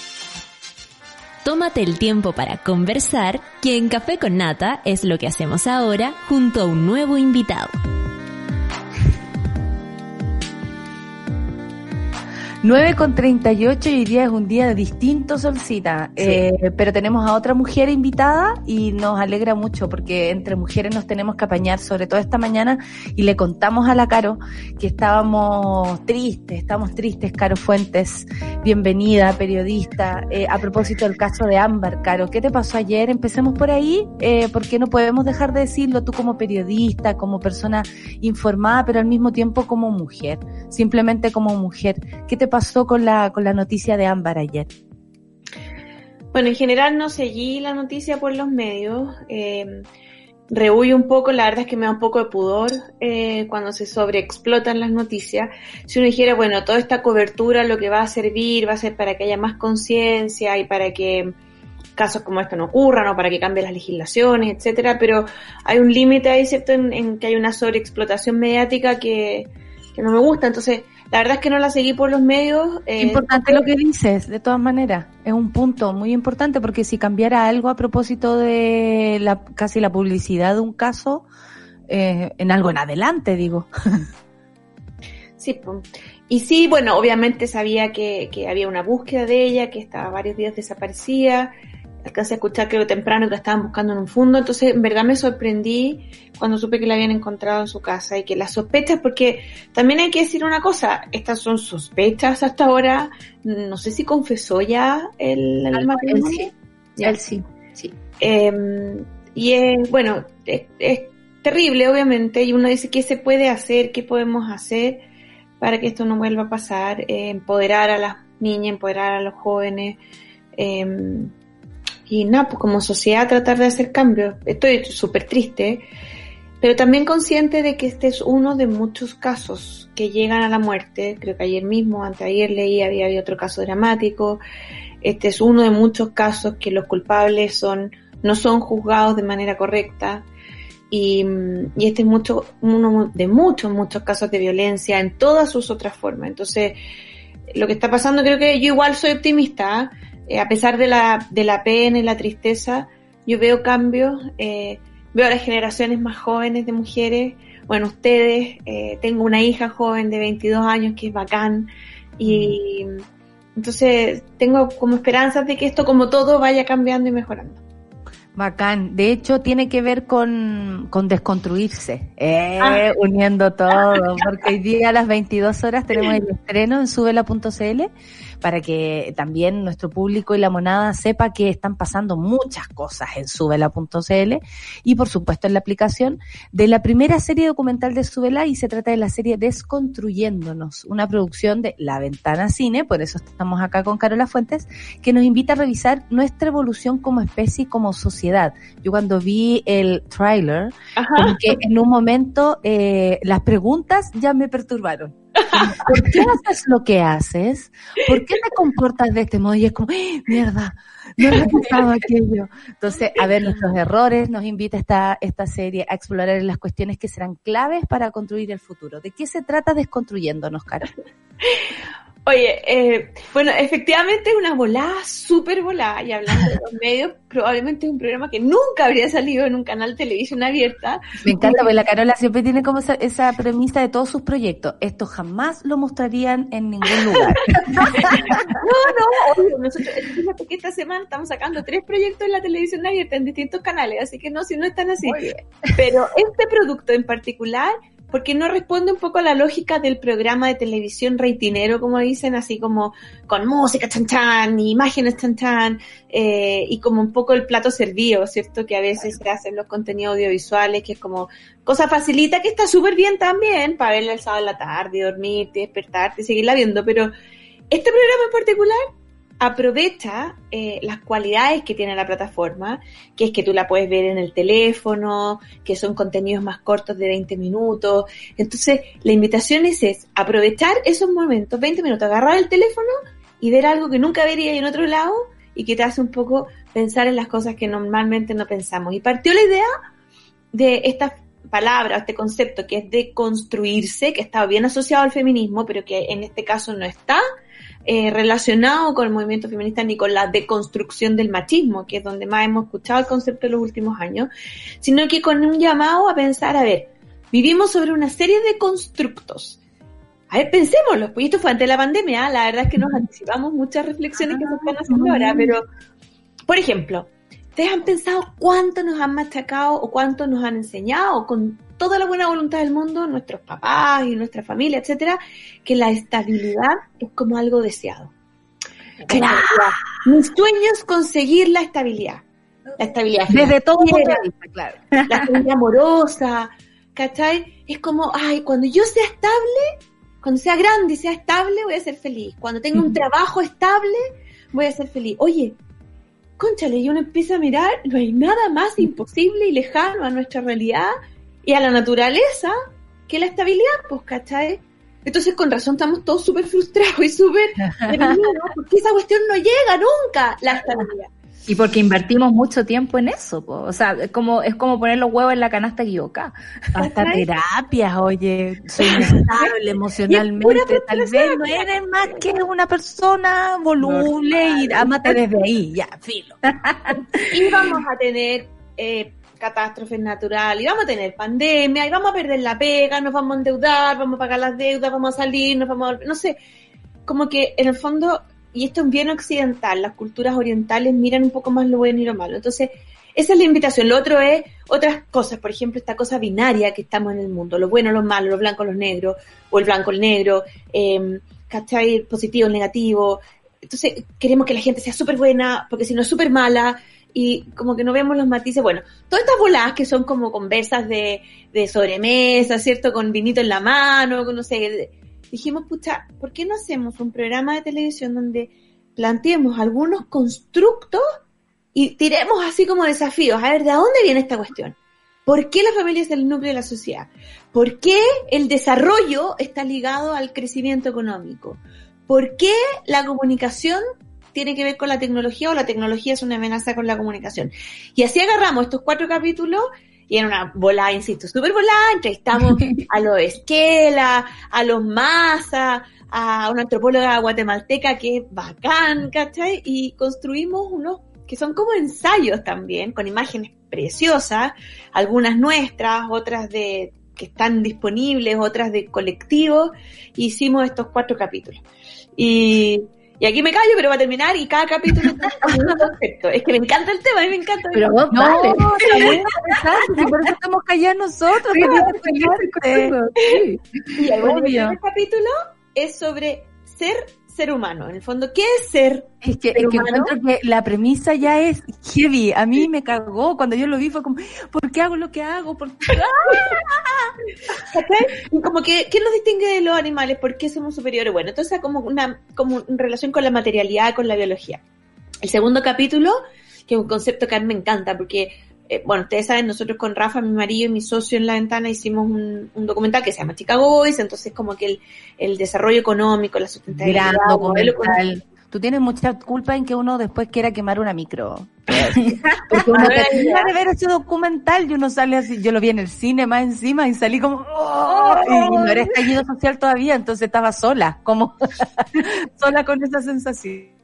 Tómate el tiempo para conversar, que en Café con Nata es lo que hacemos ahora junto a un nuevo invitado. nueve con treinta y ocho y hoy día es un día distinto, Solcita. Sí. Eh, pero tenemos a otra mujer invitada y nos alegra mucho porque entre mujeres nos tenemos que apañar, sobre todo esta mañana, y le contamos a la Caro que estábamos tristes, estamos tristes, Caro Fuentes. Bienvenida, periodista. Eh, a propósito del caso de Ámbar, Caro, ¿qué te pasó ayer? Empecemos por ahí, eh, porque no podemos dejar de decirlo, tú como periodista, como persona informada, pero al mismo tiempo como mujer, simplemente como mujer. ¿Qué te pasó con la con la noticia de Ámbar ayer? Bueno, en general no seguí la noticia por los medios, eh, rehuyo un poco, la verdad es que me da un poco de pudor eh, cuando se sobreexplotan las noticias. Si uno dijera, bueno, toda esta cobertura lo que va a servir va a ser para que haya más conciencia y para que casos como esto no ocurran o para que cambien las legislaciones, etcétera, pero hay un límite ahí, ¿cierto?, en, en que hay una sobreexplotación mediática que, que no me gusta. Entonces, la verdad es que no la seguí por los medios. Eh, Importante lo que dices, de todas maneras. Es un punto muy importante porque si cambiara algo a propósito de la casi la publicidad de un caso, eh, en algo en adelante, digo. Sí, pues. Y sí, bueno, obviamente sabía que, que había una búsqueda de ella, que estaba varios días desaparecida. Alcancé a escuchar, creo, temprano que la estaban buscando en un fondo. Entonces, en verdad me sorprendí cuando supe que la habían encontrado en su casa y que las sospechas, porque también hay que decir una cosa, estas son sospechas hasta ahora. No sé si confesó ya el, el matrimonio. Sí, ya él sí, sí. Eh, y es, bueno, es, es terrible, obviamente, y uno dice, ¿qué se puede hacer? ¿Qué podemos hacer para que esto no vuelva a pasar? Eh, empoderar a las niñas, empoderar a los jóvenes, eh, y nada, pues como sociedad tratar de hacer cambios. Estoy súper triste, pero también consciente de que este es uno de muchos casos que llegan a la muerte. Creo que ayer mismo, anteayer leí, había, había otro caso dramático. Este es uno de muchos casos que los culpables son no son juzgados de manera correcta. Y, y este es mucho, uno de muchos, muchos casos de violencia en todas sus otras formas. Entonces, lo que está pasando, creo que yo igual soy optimista, ¿eh? Eh, a pesar de la, de la pena y la tristeza, yo veo cambios, eh, veo a las generaciones más jóvenes de mujeres, bueno, ustedes, eh, tengo una hija joven de veintidós años que es bacán, y entonces tengo como esperanzas de que esto, como todo, vaya cambiando y mejorando. Bacán. De hecho, tiene que ver con, con desconstruirse, eh, ah. uniendo todo, porque hoy día a las veintidós horas tenemos el estreno en subela punto c l para que también nuestro público y la monada sepa que están pasando muchas cosas en subela punto c l y por supuesto en la aplicación de la primera serie documental de Subela, y se trata de la serie Desconstruyéndonos, una producción de La Ventana Cine, por eso estamos acá con Carola Fuentes, que nos invita a revisar nuestra evolución como especie y como sociedad. Yo cuando vi el tráiler, como que en un momento eh, las preguntas ya me perturbaron. ¿Por qué haces lo que haces? ¿Por qué te comportas de este modo? Y es como, ¡eh, mierda! No he pensado aquello. Entonces, a ver nuestros errores, nos invita esta, esta serie a explorar las cuestiones que serán claves para construir el futuro. ¿De qué se trata Desconstruyéndonos, Cara? Oye, eh, bueno, efectivamente es una volada, súper volada, y hablando de los medios, probablemente es un programa que nunca habría salido en un canal de televisión abierta. Me encanta, porque la Carola siempre tiene como esa, esa premisa de todos sus proyectos. Esto jamás lo mostrarían en ningún lugar. No, no, obvio, nosotros, fíjate que esta semana estamos sacando tres proyectos en la televisión abierta en distintos canales, así que no, si no están así. Pero este producto en particular, porque no responde un poco a la lógica del programa de televisión reitinero, como dicen, así como con música chan chan, imágenes chan chan, eh, y como un poco el plato servido, ¿cierto? Que a veces se hacen los contenidos audiovisuales, que es como cosa facilita, que está súper bien también para verla el sábado en la tarde, dormirte, despertarte y seguirla viendo, pero este programa en particular aprovecha eh, las cualidades que tiene la plataforma, que es que tú la puedes ver en el teléfono, que son contenidos más cortos de veinte minutos. Entonces, la invitación es, es aprovechar esos momentos, veinte minutos, agarrar el teléfono y ver algo que nunca verías en otro lado y que te hace un poco pensar en las cosas que normalmente no pensamos. Y partió la idea de esta palabra, este concepto que es de construirse, que está bien asociado al feminismo, pero que en este caso no está Eh, relacionado con el movimiento feminista ni con la deconstrucción del machismo, que es donde más hemos escuchado el concepto en los últimos años, sino que con un llamado a pensar, a ver, vivimos sobre una serie de constructos. A ver, pensémoslo, pues esto fue antes de la pandemia, la verdad es que nos anticipamos muchas reflexiones que se están haciendo ahora, pero, por ejemplo, ¿ustedes han pensado cuánto nos han machacado o cuánto nos han enseñado con toda la buena voluntad del mundo, nuestros papás y nuestra familia, etcétera, que la estabilidad es como algo deseado? Claro. Mi sueño es conseguir la estabilidad. La estabilidad desde todo punto de vista, claro. La estabilidad amorosa, ¿cachai? Es como, ay, cuando yo sea estable, cuando sea grande y sea estable, voy a ser feliz. Cuando tenga un trabajo estable, voy a ser feliz. Oye, cónchale, y uno empieza a mirar, no hay nada más imposible y lejano a nuestra realidad y a la naturaleza que la estabilidad, pues, ¿cachai? Entonces, con razón, estamos todos súper frustrados y súper deprimidos, ¿no? Porque esa cuestión no llega nunca, la estabilidad. Y porque invertimos mucho tiempo en eso, po. O sea, es como, es como poner los huevos en la canasta equivocada. Hasta terapias, oye, soy inestable emocionalmente, tal vez no eres más que una persona voluble y ámate desde ahí, ya, filo. Y vamos a tener eh, catástrofes naturales, y vamos a tener pandemia, y vamos a perder la pega, nos vamos a endeudar, vamos a pagar las deudas, vamos a salir, nos vamos a... no sé, como que en el fondo, y esto es bien occidental, las culturas orientales miran un poco más lo bueno y lo malo, entonces esa es la invitación. Lo otro es otras cosas, por ejemplo, esta cosa binaria que estamos en el mundo, lo bueno, lo malo, lo blanco, lo negro, o el blanco, el negro, eh, ¿cachai? Positivo, el negativo. Entonces queremos que la gente sea súper buena, porque si no es súper mala, y como que no vemos los matices. Bueno, todas estas voladas que son como conversas de, de sobremesa, ¿cierto? Con vinito en la mano, con no sé. Dijimos, pucha, ¿por qué no hacemos un programa de televisión donde planteemos algunos constructos y tiremos así como desafíos? A ver, ¿de dónde viene esta cuestión? ¿Por qué la familia es el núcleo de la sociedad? ¿Por qué el desarrollo está ligado al crecimiento económico? ¿Por qué la comunicación tiene que ver con la tecnología o la tecnología es una amenaza con la comunicación? Y así agarramos estos cuatro capítulos y en una volada, insisto, súper volada, entrevistamos a los Esquela, a los Massa, a una antropóloga guatemalteca que es bacán, ¿cachai? Y construimos unos que son como ensayos también, con imágenes preciosas, algunas nuestras, otras de que están disponibles, otras de colectivos. Hicimos estos cuatro capítulos. Y... Y aquí me callo, pero va a terminar y cada capítulo está un concepto. Es que me encanta el tema, a mí me encanta. Pero vos, no, vale. No, está muy interesante, por eso estamos callados nosotros. Sí, sí, y el bueno, primer capítulo es sobre ser ser humano. En el fondo, ¿qué es ser Es que, ser es que humano? encuentro que la premisa ya es heavy. A mí me cagó cuando yo lo vi, fue como, ¿por qué hago lo que hago? ¿Por qué? ¿Cachai? Y como que, ¿qué nos distingue de los animales? ¿Por qué somos superiores? Bueno, entonces como una, como en relación con la materialidad, con la biología. El segundo capítulo, que es un concepto que a mí me encanta, porque eh, bueno, ustedes saben, nosotros con Rafa, mi marido y mi socio en La Ventana hicimos un, un documental que se llama Chicago Boys, entonces como que el, el desarrollo económico, la sustentabilidad, Gran modelo documental. Tú tienes mucha culpa en que uno después quiera quemar una micro. Porque uno termina de ver ese documental y uno sale así, yo lo vi en el cine más encima y salí como, oh, y no era estallido social todavía, entonces estaba sola, como sola con esa sensación.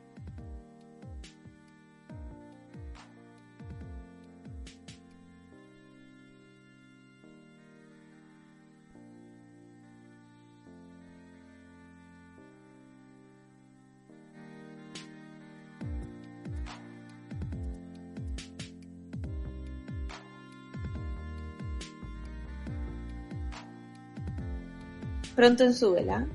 Pronto en Súbela.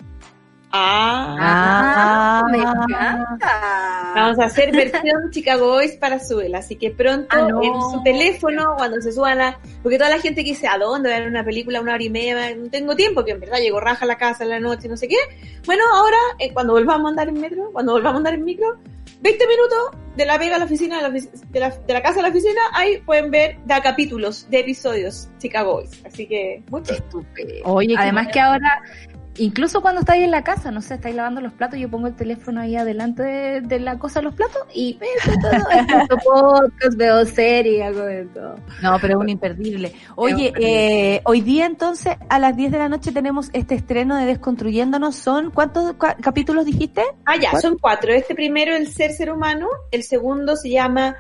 Ah, Ah, me encanta. vamos a hacer versión Chicago Boys para Súbela, así que pronto Ah, no. en su teléfono, cuando se suban a... Porque toda la gente que dice, ¿a dónde ver una película una hora y media? No tengo tiempo, que en verdad llego raja a la casa en la noche, no sé qué. Bueno, ahora, eh, cuando volvamos a andar en metro, cuando volvamos a andar en micro, veinte minutos de la pega a la oficina, de la, ofici- de la, de la casa a la oficina, ahí pueden ver da capítulos de episodios Chicago Boys. Así que, mucho. Estúpido. Oye, Además qué- que ahora, incluso cuando estáis en la casa, no sé, estáis lavando los platos, yo pongo el teléfono ahí adelante de, de la cosa de los platos y veo todo, escucho podcast, veo series, hago de todo. No, pero es un imperdible. Oye, Es un imperdible. eh, hoy día entonces a las diez de la noche tenemos este estreno de Desconstruyéndonos. ¿Son cuántos cua- capítulos dijiste? Ah, ya, ¿Cuál? son cuatro. Este primero, el ser ser humano. El segundo se llama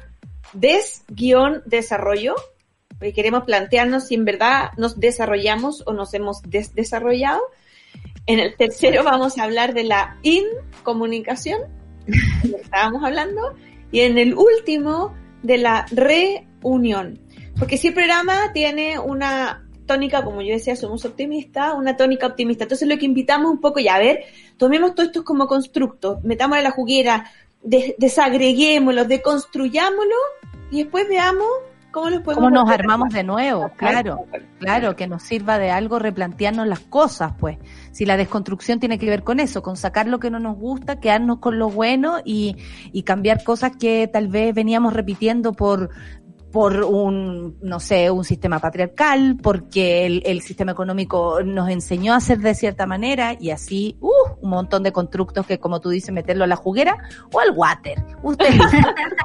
Des-Desarrollo. Porque queremos plantearnos si en verdad nos desarrollamos o nos hemos desdesarrollado. En el tercero vamos a hablar de la incomunicación, de lo que estábamos hablando. Y en el último, de la reunión. Porque si el programa tiene una tónica, como yo decía, somos optimistas, una tónica optimista. Entonces lo que invitamos un poco, ya a ver, tomemos todo esto como constructo, metámoslo a la juguera, des- desagreguémoslo, deconstruyámoslo y después veamos cómo los podemos... ¿Cómo nos volver a armamos armar. de nuevo? Claro, claro, que nos sirva de algo replantearnos las cosas, pues. Si la desconstrucción tiene que ver con eso, con sacar lo que no nos gusta, quedarnos con lo bueno y, y cambiar cosas que tal vez veníamos repitiendo por por un, no sé, un sistema patriarcal, porque el, el sistema económico nos enseñó a hacer de cierta manera y así, uh, un montón de constructos que, como tú dices, meterlo a la juguera o al water. Usted elige.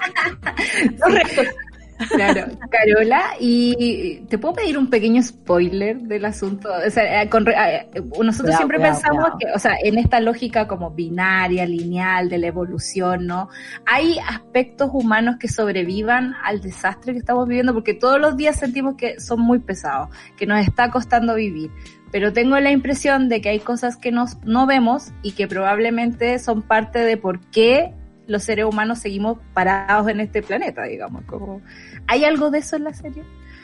Correcto. Claro, Carola, y te puedo pedir un pequeño spoiler del asunto. O sea, eh, con, eh, nosotros Cuidado, siempre cuidado, pensamos cuidado. que, o sea, en esta lógica como binaria, lineal, de la evolución, ¿no? Hay aspectos humanos que sobrevivan al desastre que estamos viviendo, porque todos los días sentimos que son muy pesados, que nos está costando vivir. Pero tengo la impresión de que hay cosas que nos, no vemos y que probablemente son parte de por qué los seres humanos seguimos parados en este planeta, digamos. Como, ¿hay algo de eso en la serie?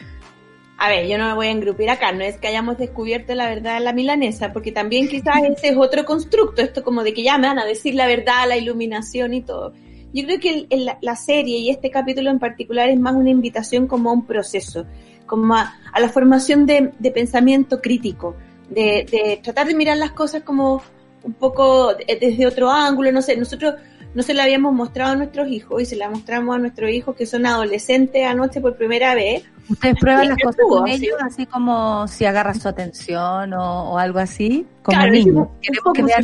A ver, yo no me voy a engrupir acá, no es que hayamos descubierto la verdad de la milanesa, porque también quizás ese es otro constructo, esto como de que ya me van a decir la verdad, la iluminación y todo. Yo creo que el, el, la serie y este capítulo en particular es más una invitación como a un proceso, como a, a la formación de, de pensamiento crítico, de, de tratar de mirar las cosas como un poco desde otro ángulo, no sé, nosotros no se la habíamos mostrado a nuestros hijos y se la mostramos a nuestros hijos que son adolescentes anoche por primera vez. ¿Ustedes prueban las Sí, cosas estuvo, con sí. ellos, así como si agarra su atención o, o algo así? Como Claro, niños. un- un Queremos poco que vean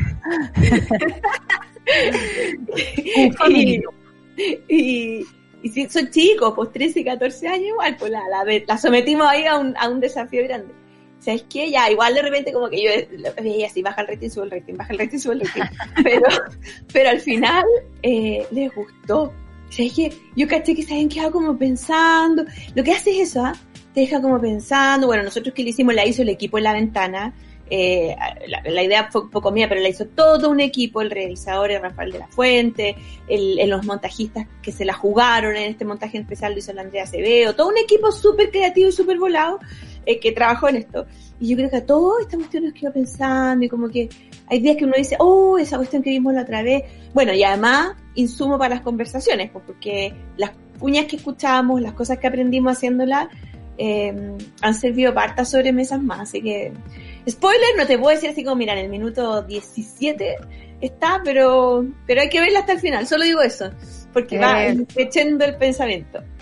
sí. algo. Un familia. y, y si son chicos, pues trece, catorce años, igual, pues la, la, la sometimos ahí a un, a un desafío grande. ¿Sabes qué? Ya, igual de repente como que yo veía así, baja el rating, sube el rating, baja el rating, sube el rating. Pero, pero al final eh, les gustó. ¿Sabes qué? Yo caché que saben quedado como pensando. Lo que hace es eso, ¿ah? Te deja como pensando. Bueno, nosotros que le hicimos, la hizo el equipo en La Ventana. Eh, la, la idea fue un poco mía, pero la hizo todo un equipo, el realizador es Rafael de la Fuente, el, el, los montajistas que se la jugaron en este montaje especial lo hizo la Andrea Acevedo, todo un equipo súper creativo y súper volado eh, que trabajó en esto. Y yo creo que a todas estas cuestiones que iba pensando y como que hay días que uno dice, oh, esa cuestión que vimos la otra vez. Bueno, y además insumo para las conversaciones, pues porque las cuñas que escuchamos, las cosas que aprendimos haciéndola, eh, han servido para hartas sobremesas más, así que spoiler, no te puedo decir así como, mira, en el minuto diecisiete está, pero pero hay que verla hasta el final, solo digo eso, porque Eh. va echando el pensamiento.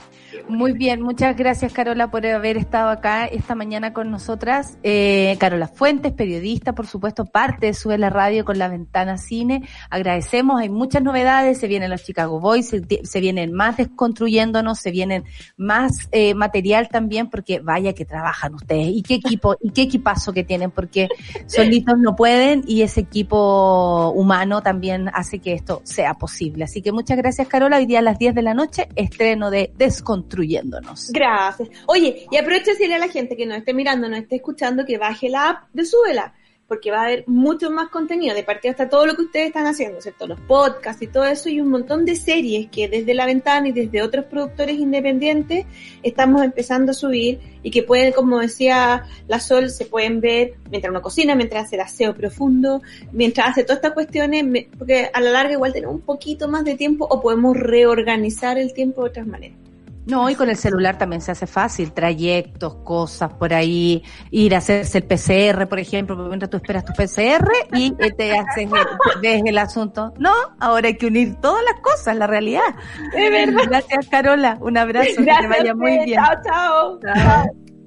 Muy bien, muchas gracias Carola por haber estado acá esta mañana con nosotras. Eh, Carola Fuentes, periodista, por supuesto, parte de Sube la Radio con La Ventana Cine. Agradecemos, hay muchas novedades, se vienen los Chicago Boys, se, se vienen más Desconstruyéndonos, se vienen más eh, material también, porque vaya que trabajan ustedes y qué equipo y qué equipazo que tienen, porque solitos no pueden y ese equipo humano también hace que esto sea posible. Así que muchas gracias Carola, hoy día a las diez de la noche, estreno de Desconstruyéndonos. Gracias. Oye, y aprovecho de decirle a la gente que nos esté mirando, nos esté escuchando, que baje la app de Súbela, porque va a haber mucho más contenido, de partida hasta todo lo que ustedes están haciendo, ¿cierto? Los podcasts y todo eso, y un montón de series que desde La Ventana y desde otros productores independientes estamos empezando a subir, y que pueden, como decía la Sol, se pueden ver mientras uno cocina, mientras hace el aseo profundo, mientras hace todas estas cuestiones, porque a la larga igual tenemos un poquito más de tiempo, o podemos reorganizar el tiempo de otras maneras. No, y con el celular también se hace fácil, trayectos, cosas por ahí, ir a hacerse el P C R, por ejemplo, mientras tú esperas tu P C R y te haces el, ves el asunto. No, ahora hay que unir todas las cosas, la realidad. Es verdad. Gracias, Carola, un abrazo, gracias, que te vaya muy bien. Chao, chao. Chao.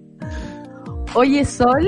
Oye, Sol,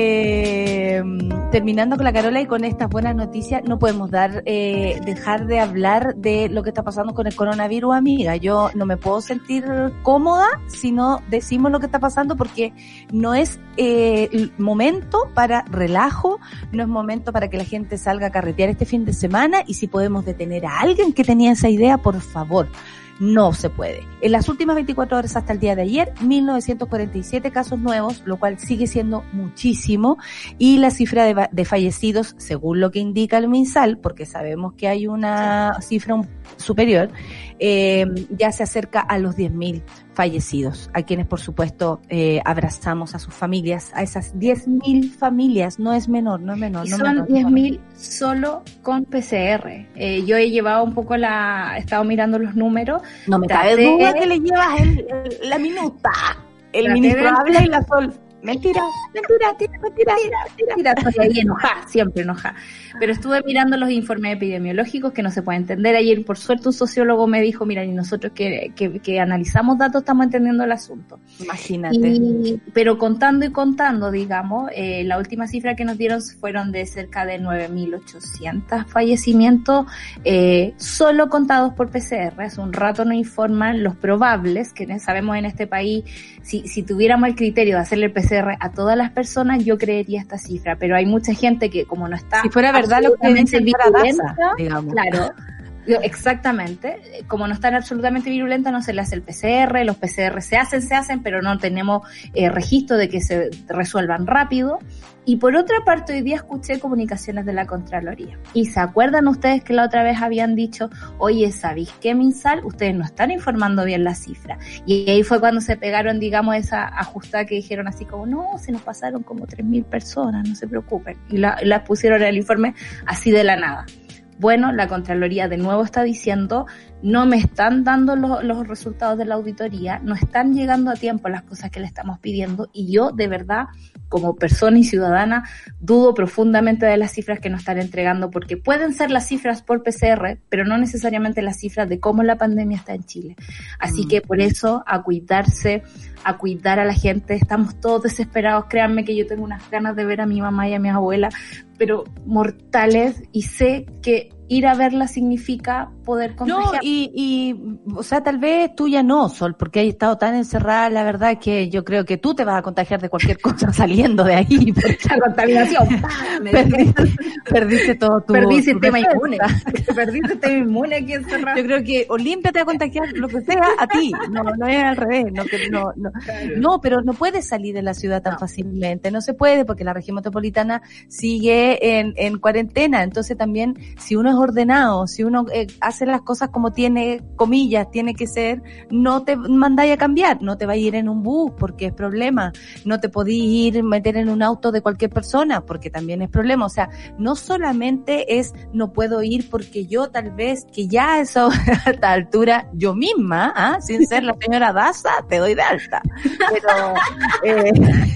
eh, terminando con la Carola y con estas buenas noticias, no podemos dar, eh, dejar de hablar de lo que está pasando con el coronavirus, amiga. Yo no me puedo sentir cómoda si no decimos lo que está pasando, porque no es eh, el momento para relajo, no es momento para que la gente salga a carretear este fin de semana, y si podemos detener a alguien que tenía esa idea, por favor. No se puede. En las últimas veinticuatro horas hasta el día de ayer, mil novecientos cuarenta y siete casos nuevos, lo cual sigue siendo muchísimo, y la cifra de, de fallecidos, según lo que indica el MinSal, porque sabemos que hay una cifra superior, eh, ya se acerca a los diez mil fallecidos, a quienes por supuesto eh, abrazamos a sus familias, a esas diez mil familias, no es menor, no es menor. Y no son diez mil solo con P C R. Eh, yo he llevado un poco la, he estado mirando los números. No me traté, cabe duda que le llevas el, el, la minuta. El traté ministro de- habla y la Sol. Mentira, mentira, mentira, mentira, mentira. Mira, estoy ahí enojada, siempre enojada. Pero estuve mirando los informes epidemiológicos que no se puede entender. Ayer, por suerte, un sociólogo me dijo, mira, y nosotros que, que, que analizamos datos estamos entendiendo el asunto. Imagínate. Y, pero contando y contando, digamos, eh, la última cifra que nos dieron fueron de cerca de nueve mil ochocientos fallecimientos, eh, solo contados por P C R. Hace un rato nos informan los probables, que sabemos en este país, si, si tuviéramos el criterio de hacerle el P C R a todas las personas, yo creería esta cifra, pero hay mucha gente que, como no está Si fuera verdad lo que absolutamente dicen para virulenta, Daza, digamos. claro, exactamente, como no están absolutamente virulenta, no se le hace el P C R, los P C R se hacen, se hacen, pero no tenemos eh, registro de que se resuelvan rápido. Y por otra parte, hoy día escuché comunicaciones de la Contraloría. Y se acuerdan ustedes que la otra vez habían dicho, oye, ¿sabéis qué, MinSal? Ustedes no están informando bien la cifra. Y ahí fue cuando se pegaron, digamos, esa ajustada que dijeron así como, no, se nos pasaron como tres mil personas, no se preocupen. Y la, la pusieron en el informe así de la nada. Bueno, la Contraloría de nuevo está diciendo, no me están dando los, los resultados de la auditoría, no están llegando a tiempo las cosas que le estamos pidiendo, y yo de verdad, como persona y ciudadana, dudo profundamente de las cifras que nos están entregando, porque pueden ser las cifras por P C R, pero no necesariamente las cifras de cómo la pandemia está en Chile. Así mm. que por eso, a cuidarse, a cuidar a la gente, estamos todos desesperados, créanme que yo tengo unas ganas de ver a mi mamá y a mi abuela, pero mortales, y sé que ir a verla significa poder contagiar. No, y, y, o sea, tal vez tú ya no, Sol, porque has estado tan encerrada, la verdad que yo creo que tú te vas a contagiar de cualquier cosa saliendo de ahí. Porque la contaminación. perdiste, perdiste todo tu... Perdí tu sistema defensa. inmune. Perdí sistema inmune aquí encerrado. Yo creo que Olimpia te va a contagiar lo que sea a ti. No, no es al revés. No, que, no, no. Claro. no, pero no puedes salir de la ciudad tan No. fácilmente. No se puede porque la región metropolitana sigue en, en cuarentena. Entonces también, si uno es ordenado, si uno eh, hace las cosas como tiene, comillas, tiene que ser, no te mandáis a cambiar, no te vas a ir en un bus porque es problema, no te podís ir meter en un auto de cualquier persona porque también es problema. O sea, no solamente es no puedo ir porque yo tal vez que ya a esa a esta altura yo misma, ¿ah? sin ser la señora Daza, te doy de alta. Pero eh,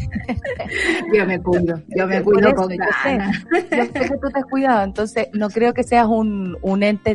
Yo me cuido, yo me Por cuido eso, con yo sé, ganas. yo sé que tú te has cuidado, entonces no creo que seas un, un ente de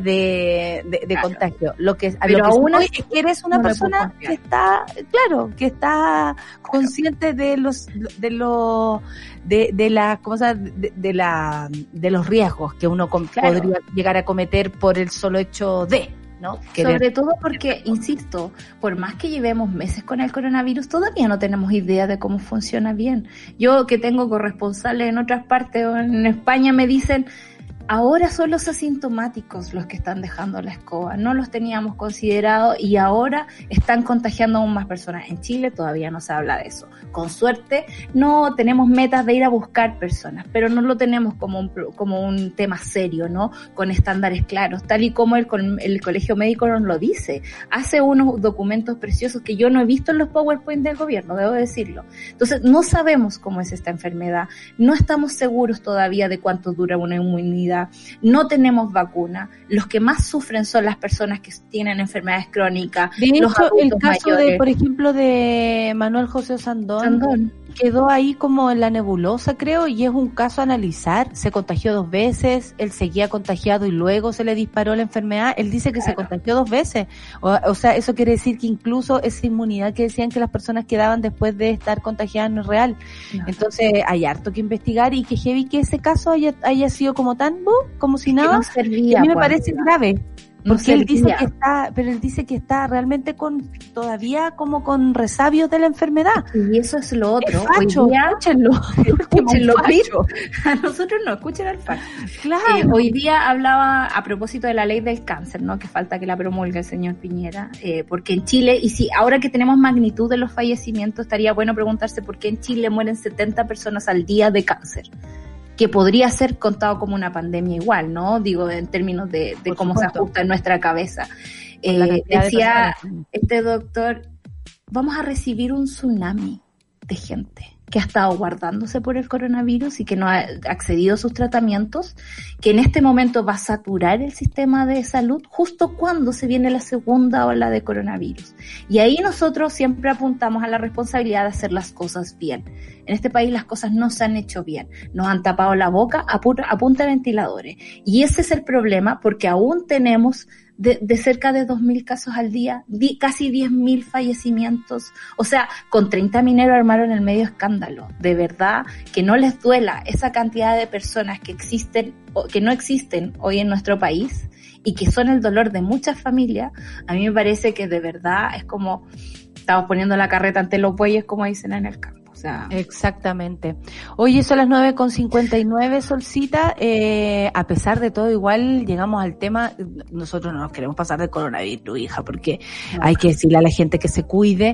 de, de, de contagio. Lo que, a Pero lo que aún estoy así es que eres una no me persona puedo confiar. que está, claro, que está consciente de los, de los, de, de la, ¿cómo se llama? De, de la, de los riesgos que uno com- Claro. podría llegar a cometer por el solo hecho de, ¿no? Querer- Sobre todo porque, insisto, por más que llevemos meses con el coronavirus, todavía no tenemos idea de cómo funciona bien. Yo que tengo corresponsales en otras partes, o en España, me dicen, ahora son los asintomáticos los que están dejando la escoba, no los teníamos considerado y ahora están contagiando aún más personas. En Chile todavía no se habla de eso. Con suerte no tenemos metas de ir a buscar personas, pero no lo tenemos como un, pro- como un tema serio, ¿no? Con estándares claros, tal y como el, col- el Colegio Médico nos lo dice. Hace unos documentos preciosos que yo no he visto en los PowerPoint del gobierno, debo decirlo. Entonces, no sabemos cómo es esta enfermedad, no estamos seguros todavía de cuánto dura una inmunidad, no tenemos vacuna, los que más sufren son las personas que tienen enfermedades crónicas, De los hecho, el adultos caso mayores. de, por ejemplo, de Manuel José Sandón, Sandón. quedó ahí como en la nebulosa, creo, y es un caso a analizar. Se contagió dos veces, él seguía contagiado y luego se le disparó la enfermedad. Él dice que se contagió dos veces. O, o sea, eso quiere decir que incluso esa inmunidad que decían que las personas quedaban después de estar contagiadas no es real. No. Entonces, hay harto que investigar y que heavy que ese caso haya, haya sido como tan, ¡bu! Como si Que nada. no Y servía, a mí me pues, parece amiga. grave. No Porque él dice servía. que está, pero él dice que está realmente con, todavía como con resabios de la enfermedad. Y eso es lo otro. Es facho, Hoy día, escúchenlo. escúchenlo, Facho. please. A nosotros no, escuchen al facho. Claro. Eh, hoy día hablaba a propósito de la ley del cáncer, ¿no? Que falta que la promulgue el señor Piñera, eh, porque en Chile, y si ahora que tenemos magnitud de los fallecimientos, estaría bueno preguntarse por qué en Chile mueren setenta personas al día de cáncer, que podría ser contado como una pandemia igual, ¿no? Digo, en términos de, de Por cómo supuesto. se ajusta en nuestra cabeza. Por la Eh, cantidad de decía personas. este doctor, vamos a recibir un tsunami de gente que ha estado guardándose por el coronavirus y que no ha accedido a sus tratamientos, que en este momento va a saturar el sistema de salud justo cuando se viene la segunda ola de coronavirus. Y ahí nosotros siempre apuntamos a la responsabilidad de hacer las cosas bien. En este país las cosas no se han hecho bien. Nos han tapado la boca a, pura, a punta de ventiladores. Y ese es el problema, porque aún tenemos de, de cerca de dos mil casos al día, di, casi diez mil fallecimientos. O sea, con treinta mineros armaron el medio escándalo. De verdad, que no les duela esa cantidad de personas que existen, o que no existen hoy en nuestro país y que son el dolor de muchas familias. A mí me parece que de verdad es como estamos poniendo la carreta ante los bueyes, como dicen en el campo. O sea, Exactamente. Oye, son las nueve con cincuenta y nueve, Solcita. Eh, a pesar de todo, igual llegamos al tema. Nosotros no nos queremos pasar de coronavirus, hija, porque no. hay que decirle a la gente que se cuide.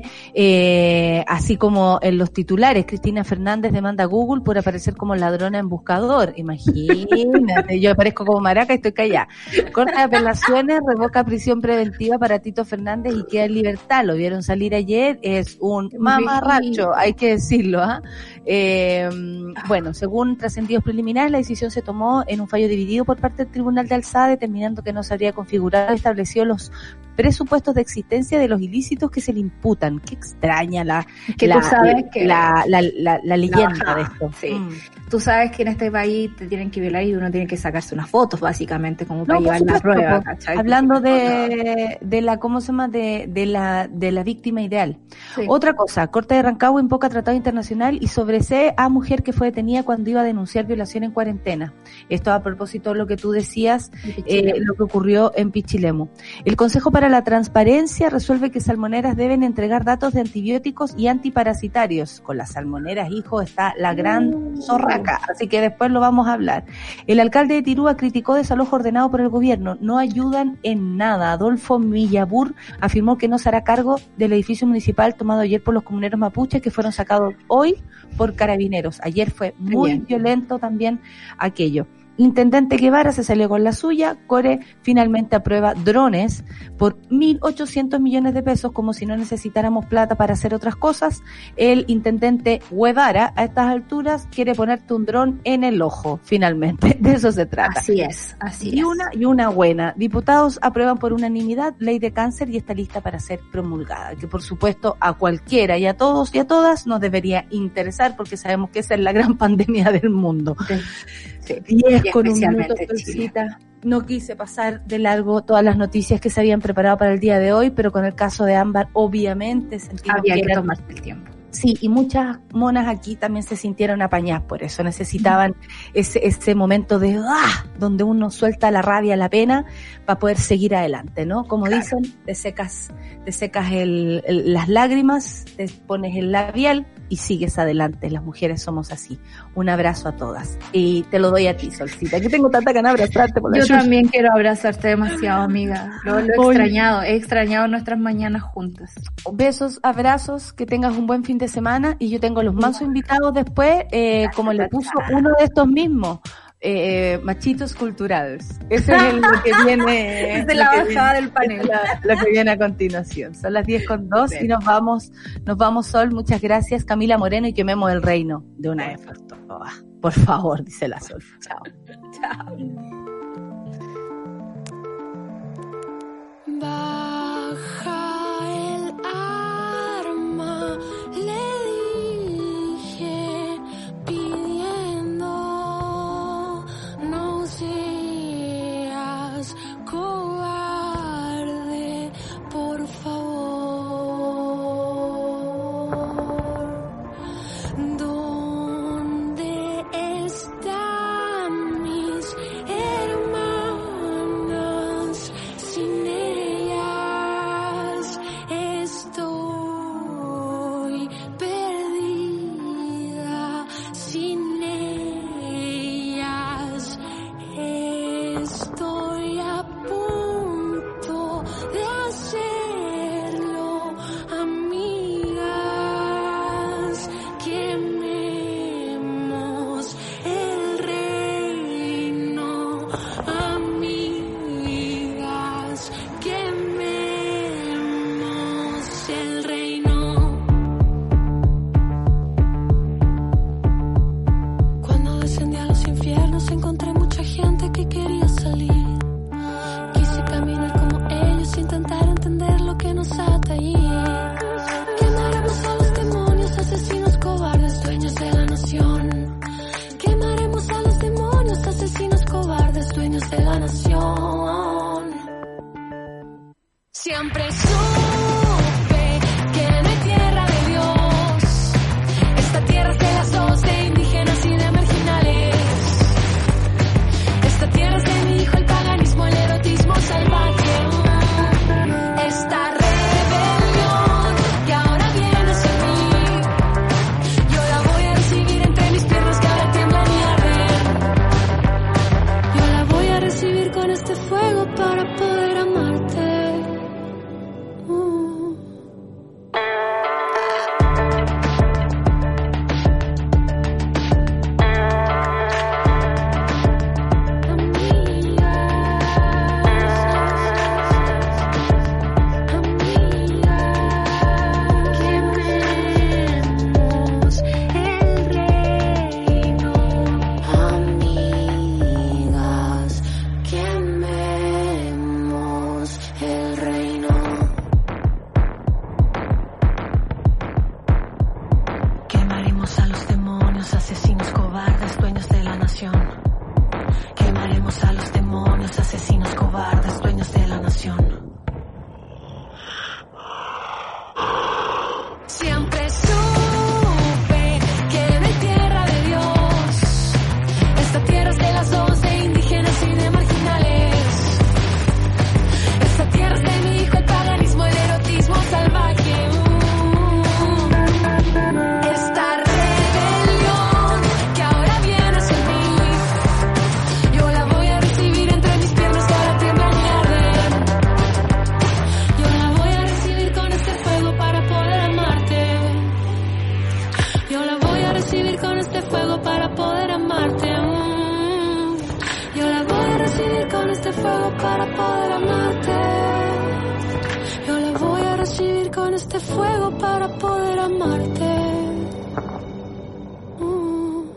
Eh, así como en los titulares, Cristina Fernández demanda a Google por aparecer como ladrona en buscador. Imagínate, yo aparezco como maraca y estoy callada. Corte de apelaciones, revoca prisión preventiva para Tito Fernández y queda en libertad. Lo vieron salir ayer, es un mamarracho, hay que decir. ¿ah? Eh, bueno, según trascendidos preliminares, la decisión se tomó en un fallo dividido por parte del Tribunal de Alzada, determinando que no se habría configurado y establecido los presupuestos de existencia de los ilícitos que se le imputan. Qué extraña la, que la, tú sabes que la, la, la, la leyenda la de esto. Sí. Mm. Tú sabes que en este país te tienen que violar y uno tiene que sacarse unas fotos, básicamente, como No, para por llevar la supuesto, prueba, po. ¿cachai? Hablando de, de la, ¿cómo se llama? De, de la, de la víctima ideal. Sí. Otra cosa, Corte de Rancagua invoca tratado internacional y sobresee a mujer que fue detenida cuando iba a denunciar violación en cuarentena. Esto a propósito de lo que tú decías, eh, lo que ocurrió en Pichilemu. El Consejo para la Transparencia resuelve que salmoneras deben entregar datos de antibióticos y antiparasitarios. Con las salmoneras, hijo, está la gran zorraca, así que después lo vamos a hablar. El alcalde de Tirúa criticó desalojo ordenado por el gobierno. No ayudan en nada. Adolfo Millabur afirmó que no se hará cargo del edificio municipal tomado ayer por los comuneros mapuches que fueron sacados hoy por carabineros. Ayer fue muy Bien. violento también aquello. Intendente Guevara se salió con la suya. Core finalmente aprueba drones por mil ochocientos millones de pesos, como si no necesitáramos plata para hacer otras cosas. El intendente Guevara a estas alturas quiere ponerte un dron en el ojo, finalmente. De eso se trata. Así es, así Y es. una, y una buena. Diputados aprueban por unanimidad ley de cáncer y está lista para ser promulgada, que por supuesto a cualquiera y a todos y a todas nos debería interesar porque sabemos que esa es la gran pandemia del mundo. Sí. Sí, diez y con un minuto, especialmente Solcita. No quise pasar de largo todas las noticias que se habían preparado para el día de hoy, pero con el caso de Ámbar, obviamente sentimos Había que que era- tomarse el tiempo. Sí, y muchas monas aquí también se sintieron apañadas por eso, necesitaban ese, ese momento de ¡ah! Donde uno suelta la rabia, la pena, para poder seguir adelante, ¿no? Como Claro. dicen, te secas, te secas el, el- las lágrimas, te pones el labial y sigues adelante. Las mujeres somos así. Un abrazo a todas. Y te lo doy a ti, Solcita, que tengo tanta ganas de abrazarte por la Yo chucha. también quiero abrazarte demasiado, amiga. Lo, lo he Oye. extrañado, he extrañado nuestras mañanas juntas. Besos, abrazos, que tengas un buen fin de semana y yo tengo los mansos invitados después, eh, como le puso uno de estos mismos, eh, machitos culturales. Ese es el lo que viene. Es de lo la que bajada viene- del panel. es la- lo que viene a continuación. Son las diez con dos y nos vamos, nos vamos, Sol, muchas gracias, Camila Moreno, y quememos el reino de una vez por todas. Por favor, dice la Sol. Chao. Chao. Baja el arma, le dije, pidiendo, no seas cobarde, por favor. ¿Dónde están mis hermanas? Sin ellas estoy perdida. Sin ellas estoy a punto de hacerlo, amigas. Quememos el reino, amigas. Quememos el reino. Cuando descendí a los infiernos encontré mucha gente que quería salir. Quise caminar como ellos, intentar entender lo que nos ata allí. Quemaremos a los demonios, asesinos cobardes, dueños de la nación. Quemaremos a los demonios, asesinos cobardes, dueños de la nación. Siempre supe que no hay tierra de Dios. Esta tierra es de las dos, de indígenas y de marginales. Esta tierra es de mi hijo, el paganismo, el erotismo salvaje. Esta rebelión que ahora viene hacia mí, yo la voy a recibir entre mis piernas que ahora tiemblan y arden. Yo la voy a recibir con este fuego para poder amarte. Uh. Quememos el reino, amigas. Quememos el reino. Quemaremos a los demonios, asesinos cobardes, dueños de la nación. Quemaremos a los demonios, asesinos cobardes, dueños de la nación. Siempre supe que no hay tierra de Dios. Esta tierra es de las dos, de indígenas y de marginales. Esta tierra es de mi hijo, el paganismo, el erotismo salvaje. Esta rebelión que ahora viene hacia mí, yo la voy a recibir entre mis piernas que ahora tiemblan y arden. Yo la voy a recibir con este fuego para poder amarte. Yo la voy a recibir con este fuego para poder amarte. Mm. Yo la voy a recibir con este fuego para poder amarte. Yo la voy a recibir con este fuego para poder amarte. Mm.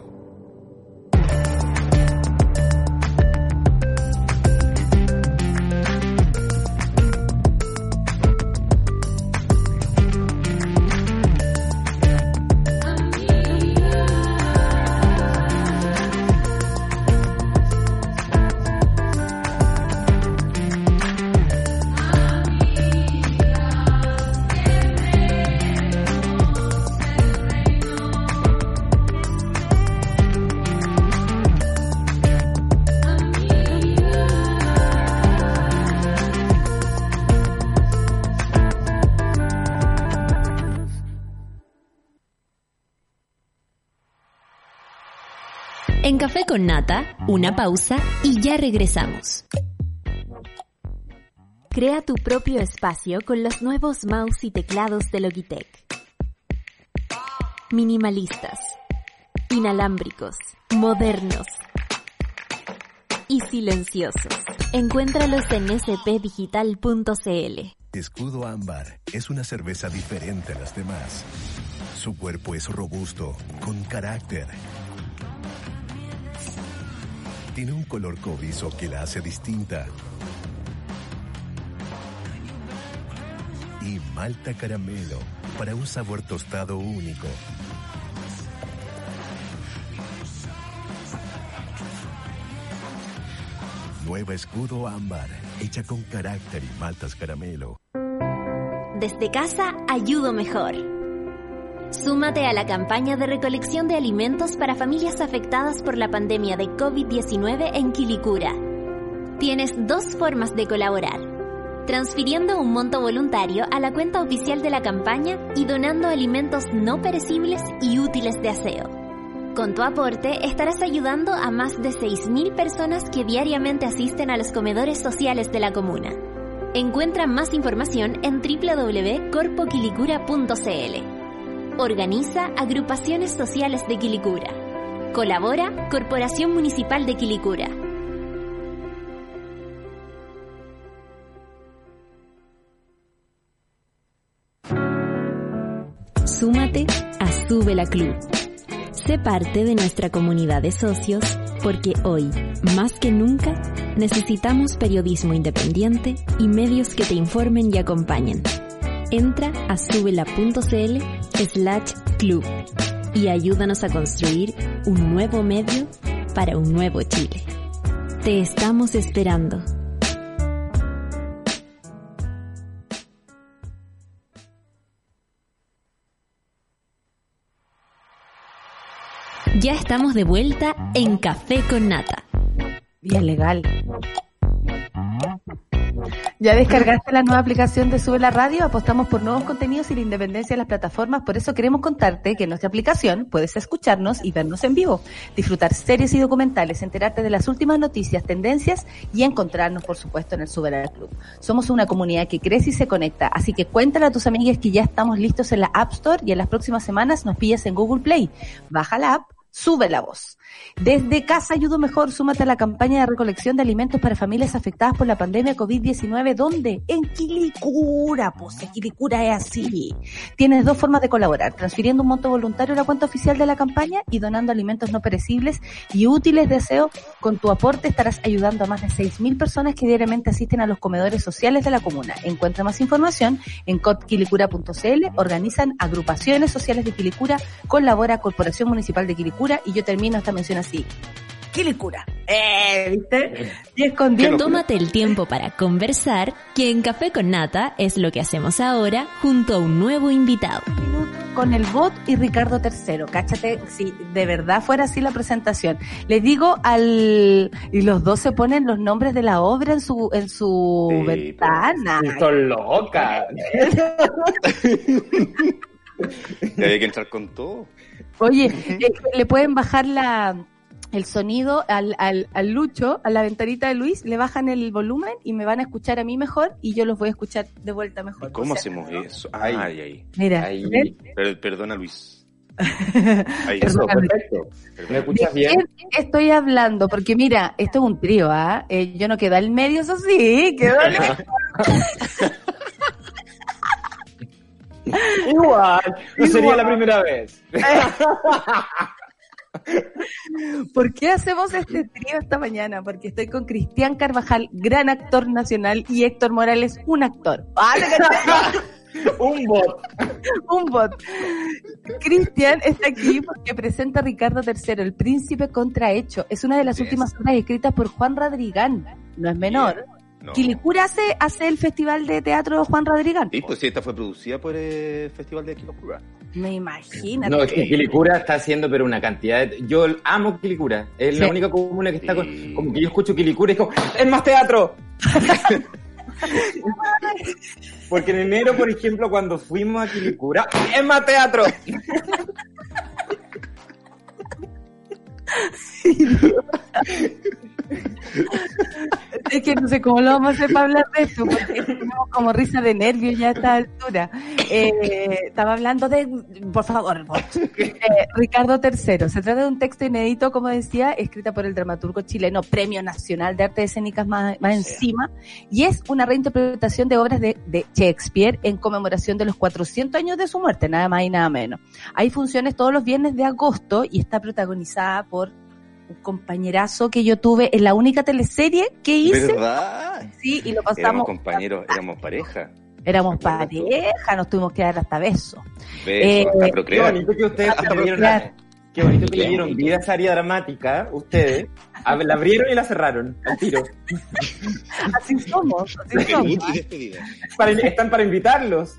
En Café con Nata, una pausa y ya regresamos. Crea tu propio espacio con los nuevos mouse y teclados de Logitech. Minimalistas, inalámbricos, modernos y silenciosos. Encuéntralos en ese pe digital punto ce ele. Escudo Ámbar es una cerveza diferente a las demás. Su cuerpo es robusto, con carácter. Tiene un color cobrizo que la hace distinta. Y malta caramelo para un sabor tostado único. Nueva Escudo Ámbar, hecha con carácter y maltas caramelo. Desde casa, ayudo mejor. Súmate a la campaña de recolección de alimentos para familias afectadas por la pandemia de covid diecinueve en Quilicura. Tienes dos formas de colaborar: transfiriendo un monto voluntario a la cuenta oficial de la campaña y donando alimentos no perecibles y útiles de aseo. Con tu aporte estarás ayudando a más de seis mil personas que diariamente asisten a los comedores sociales de la comuna. Encuentra más información en doble u doble u doble u punto corpo quilicura punto ce ele. Organiza Agrupaciones Sociales de Quilicura. Colabora Corporación Municipal de Quilicura. Súmate a Sube la Club. Sé parte de nuestra comunidad de socios porque hoy, más que nunca, necesitamos periodismo independiente y medios que te informen y acompañen. Entra a subela punto ce ele slash club y ayúdanos a construir un nuevo medio para un nuevo Chile. Te estamos esperando. Ya estamos de vuelta en Café con Nata. Bien legal. ¿Ya descargaste la nueva aplicación de Sube la Radio? Apostamos por nuevos contenidos y la independencia de las plataformas. Por eso queremos contarte que en nuestra aplicación puedes escucharnos y vernos en vivo, disfrutar series y documentales, enterarte de las últimas noticias, tendencias y encontrarnos, por supuesto, en el Sube la Club. Somos una comunidad que crece y se conecta, así que cuéntale a tus amigas que ya estamos listos en la App Store y en las próximas semanas nos pillas en Google Play. Baja la app, sube la voz. Desde casa ayudo mejor, súmate a la campaña de recolección de alimentos para familias afectadas por la pandemia covid diecinueve. ¿Dónde? En Quilicura, pues en Quilicura es así. Tienes dos formas de colaborar: transfiriendo un monto voluntario a la cuenta oficial de la campaña y donando alimentos no perecibles y útiles de aseo. Con tu aporte estarás ayudando a más de seis mil personas que diariamente asisten a los comedores sociales de la comuna. Encuentra más información en cot quilicura punto ce ele. Organizan Agrupaciones Sociales de Quilicura, colabora Corporación Municipal de Quilicura. Y yo termino esta mención así: Quilicura. Eh, ¿viste? Y escondiendo. Tómate el tiempo para conversar, que en Café con Nata es lo que hacemos ahora junto a un nuevo invitado. Con el bot y Ricardo tercero. Cáchate, si de verdad fuera así la presentación. Les digo al... Y los dos se ponen los nombres de la obra en su en su Sí, ventana. pues, son locas. Y hay que entrar con todo. Oye, eh, le pueden bajar la el sonido al, al, al Lucho, a la ventanita de Luis, le bajan el volumen y me van a escuchar a mí mejor y yo los voy a escuchar de vuelta mejor. ¿Cómo O sea, hacemos eso? Ay, ay, ay. Mira, Ahí. ¿ven? Per- perdona, Luis. Ahí Eso, Perdóname. perfecto. ¿Me Perdona. escuchas ¿De bien? quién estoy hablando? Porque mira, esto es un trío, ¿ah? Eh, yo no quedo al medio, eso sí, quedo al medio. Igual, no sería Igual. la primera vez. ¿Por qué hacemos este trío esta mañana? Porque estoy con Cristian Carvajal, gran actor nacional, y Héctor Morales, un actor. ¡Ah, te caché! Un bot. Un bot. Cristian está aquí porque presenta a Ricardo tercero, El Príncipe Contrahecho. Es una de las Así últimas es. obras escritas por Juan Radrigán. No es menor. No. Quilicura hace, hace el Festival de Teatro Juan Radrigán. Sí, pues sí, esta fue producida por el Festival de Quilicura. Me imagino. No, es que Quilicura está haciendo pero una cantidad de... Yo amo Quilicura. Es Sí. la única comuna que está con... Sí. Como que yo escucho Quilicura y es como... ¡Es más teatro! Porque en enero, por ejemplo, cuando fuimos a Quilicura... ¡Es más teatro! Es que no sé cómo lo vamos a hacer para hablar de esto, porque tenemos como risa de nervios ya a esta altura. Eh, estaba hablando de, por favor, eh, Ricardo tercero. Se trata de un texto inédito, como decía, escrita por el dramaturgo chileno, Premio Nacional de Artes Escénicas más, más encima, y es una reinterpretación de obras de, de Shakespeare en conmemoración de los cuatrocientos años de su muerte, nada más y nada menos. Hay funciones todos los viernes de agosto y está protagonizada por un compañerazo que yo tuve en la única teleserie que hice. ¿Verdad? Sí, y lo pasamos. Éramos compañeros, éramos pareja. Éramos pareja, nos tuvimos que dar hasta besos. Beso, Eh, hasta Qué procrear. bonito que ustedes Hasta le dieron, procrear. qué bonito que le dieron vida a esa área dramática, ustedes. A- La abrieron y la cerraron, al tiro. Así somos, así somos. Debut y despedida. Para- están para invitarlos.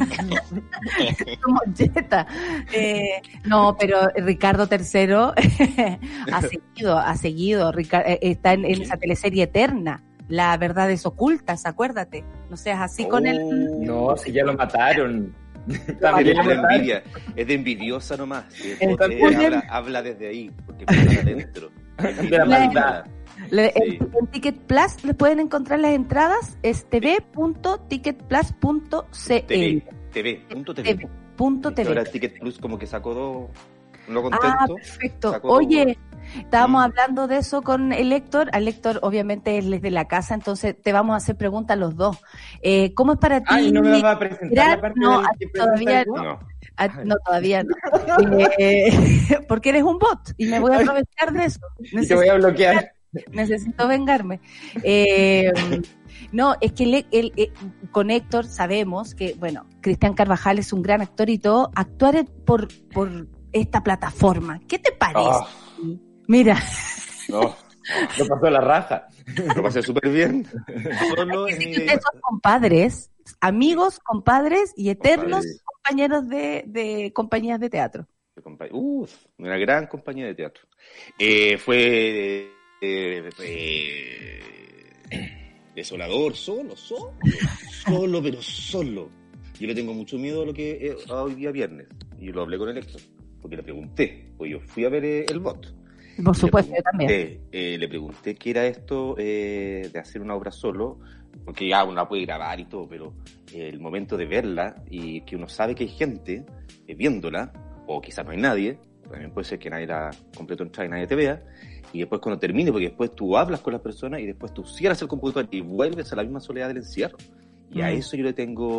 Somos Jetta. Eh, no, pero Ricardo tercero ha seguido, ha seguido. Rica- eh, está en, en esa teleserie eterna. La verdades ocultas, acuérdate. No seas así con él. No, si ya lo mataron. Es También lo de mataron. envidia, es de envidiosa nomás. Sí, es- El- eh, habla, habla desde ahí, porque está adentro. De la maldad. Le- Sí. en, en Ticket Plus les pueden encontrar las entradas. Es t v punto ticket plus punto c l. T V, punto T T V. V punto T V. Ahora Ticket Plus como que sacó dos, no Ah, contento. perfecto. sacó dos. Oye, estábamos Mm. hablando de eso con el Héctor. Al Héctor, obviamente, él es de la casa, entonces te vamos a hacer preguntas los dos. Eh, ¿Cómo es para ti? Ay, ¿no me vas a presentar la parte No, del que todavía pregunta no. algo? No. Ah, no, todavía no. Eh, porque eres un bot y me voy a aprovechar de eso. Y te voy a bloquear. Necesito vengarme. Eh, no, es que el, el- el- con Héctor sabemos que, bueno, Cristian Carvajal es un gran actor y todo. Actuar por, por esta plataforma, ¿qué te parece? Oh. Mira, No, Lo pasó a la raja. lo pasé súper bien. Solo en mi... ustedes son compadres, amigos, compadres y eternos Compadres. compañeros de, de compañías de teatro. Uf, una gran compañía de teatro. Eh, fue eh, eh, desolador, solo, solo, solo, pero solo. Yo le tengo mucho miedo a lo que eh, a hoy día viernes. Y lo hablé con el Héctor, porque le pregunté, pues yo fui a ver eh, el bot. Por Y supuesto, le yo también. pregunté, eh, le pregunté qué era esto eh, de hacer una obra solo, porque ya uno la puede grabar y todo, pero eh, el momento de verla y que uno sabe que hay gente eh, viéndola, o quizás no hay nadie, también puede ser que nadie la completó entrada y nadie te vea, y después cuando termine, porque después tú hablas con las personas y después tú cierras el computador y vuelves a la misma soledad del encierro. Y a Mm. eso yo le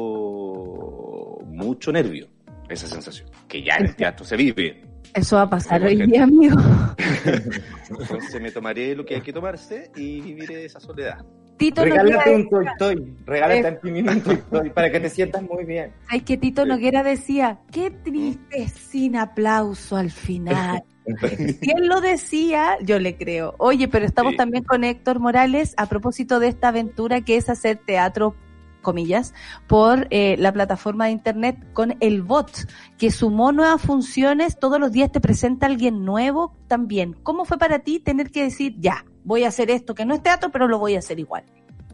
tengo mucho nervio, esa sensación, que ya en el teatro se vive. Eso va a pasar Igual hoy que- día, amigo. Entonces me tomaré lo que hay que tomarse y viviré esa soledad. Tito Regálate Noguera, un Toy Toy. Regálate Eh. a ti mismo un Toy Toy para que te sientas muy bien. ¿sabes que Tito Noguera decía? Qué triste sin aplauso al final. Si él lo decía, yo le creo. Oye, pero estamos Sí. también con Héctor Morales a propósito de esta aventura que es hacer teatro, comillas, por eh, la plataforma de internet con el bot, que sumó nuevas funciones, todos los días te presenta alguien nuevo también. ¿Cómo fue para ti tener que decir, ya, voy a hacer esto que no es teatro, pero lo voy a hacer igual?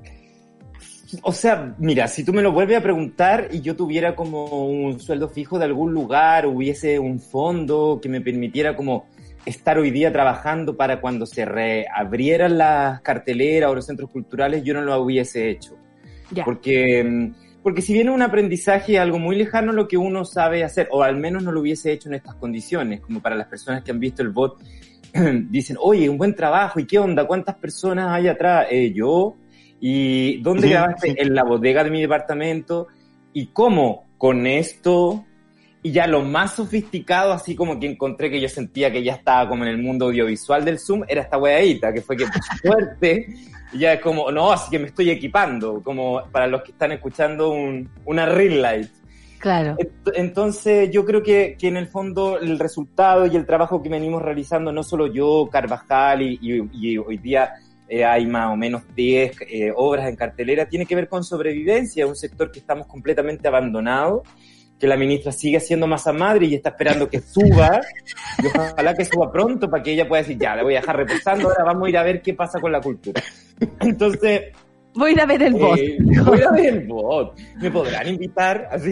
O sea, mira, si tú me lo vuelves a preguntar y yo tuviera como un sueldo fijo de algún lugar, hubiese un fondo que me permitiera como estar hoy día trabajando para cuando se reabrieran las carteleras o los centros culturales, yo no lo hubiese hecho. Ya. Porque, porque si bien es un aprendizaje es algo muy lejano lo que uno sabe hacer, o al menos no lo hubiese hecho en estas condiciones, como para las personas que han visto el bot, dicen, oye, un buen trabajo, ¿y qué onda? ¿Cuántas personas hay atrás? Eh, yo... ¿Y dónde Sí, grabaste? sí. En la bodega de mi departamento. ¿Y cómo? Con esto. Y ya lo más sofisticado, así como que encontré que yo sentía que ya estaba como en el mundo audiovisual del Zoom, era esta weadita, que fue que por suerte, y ya es como, no, así que me estoy equipando, como para los que están escuchando un, una ring light. Claro. Ent- Entonces yo creo que, que en el fondo el resultado y el trabajo que venimos realizando, no solo yo, Carvajal, y, y, y hoy día eh, hay más o menos diez eh, obras en cartelera, tiene que ver con sobrevivencia, un sector que estamos completamente abandonado, que la ministra sigue siendo masa madre y está esperando que suba, y ojalá que suba pronto para que ella pueda decir, ya, la voy a dejar reposando, ahora vamos a ir a ver qué pasa con la cultura. Entonces... Voy a ir a ver el bot. Eh, voy a ver el bot. ¿Me podrán invitar? Así.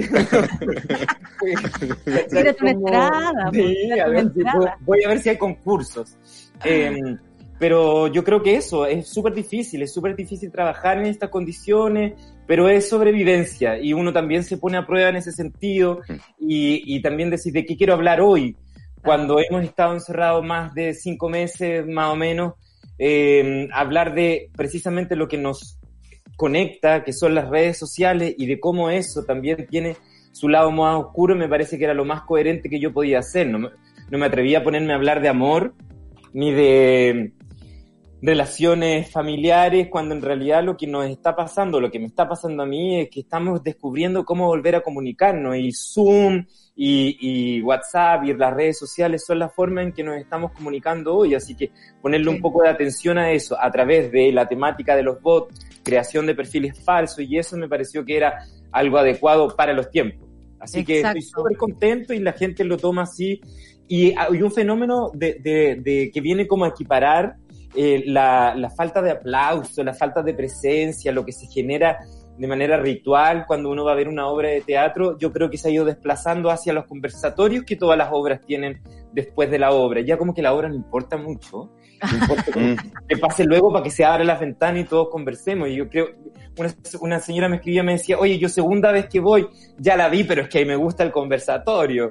Tírate una entrada, Sí, tírate a una ver si entrada. puedo- voy a ver si hay concursos. Eh, pero yo creo que eso es súper difícil, es súper difícil trabajar en estas condiciones, pero es sobrevivencia y uno también se pone a prueba en ese sentido y, y también decir de qué quiero hablar hoy, cuando hemos estado encerrados más de cinco meses más o menos, eh, hablar de precisamente lo que nos conecta, que son las redes sociales y de cómo eso también tiene su lado más oscuro, me parece que era lo más coherente que yo podía hacer. No me, no me atrevía a ponerme a hablar de amor ni de relaciones familiares, cuando en realidad lo que nos está pasando, lo que me está pasando a mí es que estamos descubriendo cómo volver a comunicarnos, y Zoom y, y WhatsApp y las redes sociales son la forma en que nos estamos comunicando hoy, así que ponerle un poco de atención a eso a través de la temática de los bots, creación de perfiles falsos, y eso me pareció que era algo adecuado para los tiempos. Así Exacto. que estoy súper contento y la gente lo toma así, y hay un fenómeno de, de, de que viene como a equiparar Eh, la, la falta de aplauso, la falta de presencia, lo que se genera de manera ritual cuando uno va a ver una obra de teatro. Yo creo que se ha ido desplazando hacia los conversatorios que todas las obras tienen después de la obra. Ya como que la obra no importa mucho, no importa que pase luego para que se abra la ventana y todos conversemos. Y yo creo, una, una señora me escribía, me decía, oye, yo segunda vez que voy, ya la vi, pero es que ahí me gusta el conversatorio.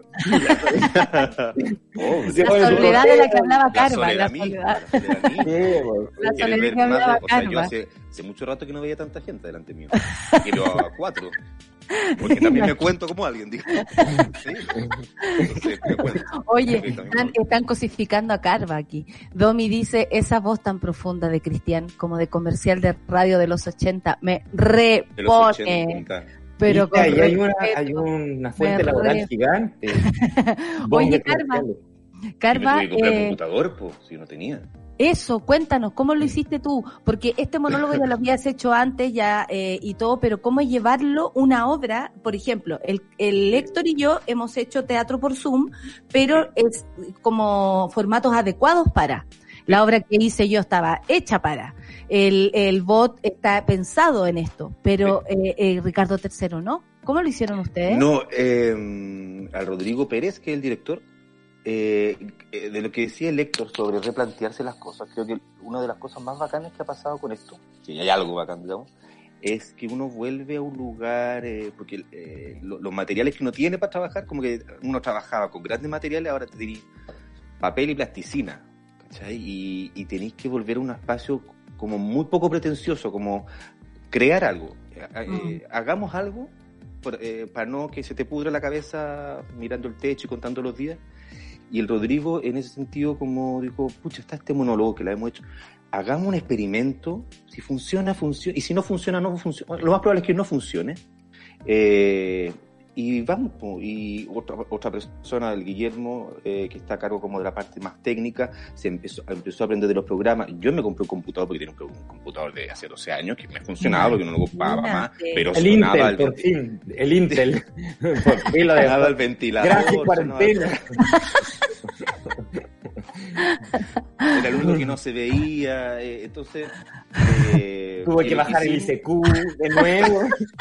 oh, la soledad de la que hablaba Carva, la soledad. La soledad que hablaba Carva. Hace, hace mucho rato que no veía tanta gente delante mío. Quiero a cuatro. Porque también me cuento como alguien, dijo. Sí, entonces, me cuento. Oye, están, están cosificando a Carva aquí. Domi dice, esa voz tan profunda de Cristian, como de comercial de radio de los ochenta, me repone. Pero con ahí hay una, hay una fuente laboral re... gigante. Oye, Carva, Carva, y me tuve que comprar eh... computador, pues, si no tenía. Eso, cuéntanos, ¿cómo lo hiciste tú? Porque este monólogo ya lo habías hecho antes ya eh, y todo, pero ¿cómo es llevarlo una obra? Por ejemplo, el, el Héctor y yo hemos hecho teatro por Zoom, pero es como formatos adecuados para. La obra que hice yo estaba hecha para. El, el bot está pensado en esto, pero eh, eh, Ricardo tercero, ¿no? ¿Cómo lo hicieron ustedes? No, eh, al Rodrigo Pérez, que es el director, Eh, de lo que decía el Héctor sobre replantearse las cosas, creo que una de las cosas más bacanas que ha pasado con esto, si hay algo bacán, digamos, es que uno vuelve a un lugar, eh, porque eh, lo, los materiales que uno tiene para trabajar, como que uno trabajaba con grandes materiales, ahora te diría papel y plasticina, ¿cachai? Y, y tenéis que volver a un espacio como muy poco pretencioso, como crear algo, eh, mm. hagamos algo por, eh, para no que se te pudra la cabeza mirando el techo y contando los días. Y el Rodrigo, en ese sentido, como dijo, pucha, está este monólogo que la hemos hecho, hagamos un experimento, si funciona, funciona, y si no funciona, no funciona, lo más probable es que no funcione, eh, y vamos, y otra, otra persona, el Guillermo, eh, que está a cargo como de la parte más técnica, se empezó, empezó a aprender de los programas. Yo me compré un computador porque tenía un, un computador de hace doce años que me funcionaba porque no lo ocupaba más, pero el sonaba Intel, el, por fin, el Intel, por fin lo dejaba el ventilador. Gracias, cuarentena. Era el único que no se veía, eh, entonces eh, tuve que bajar que el I C Q de nuevo.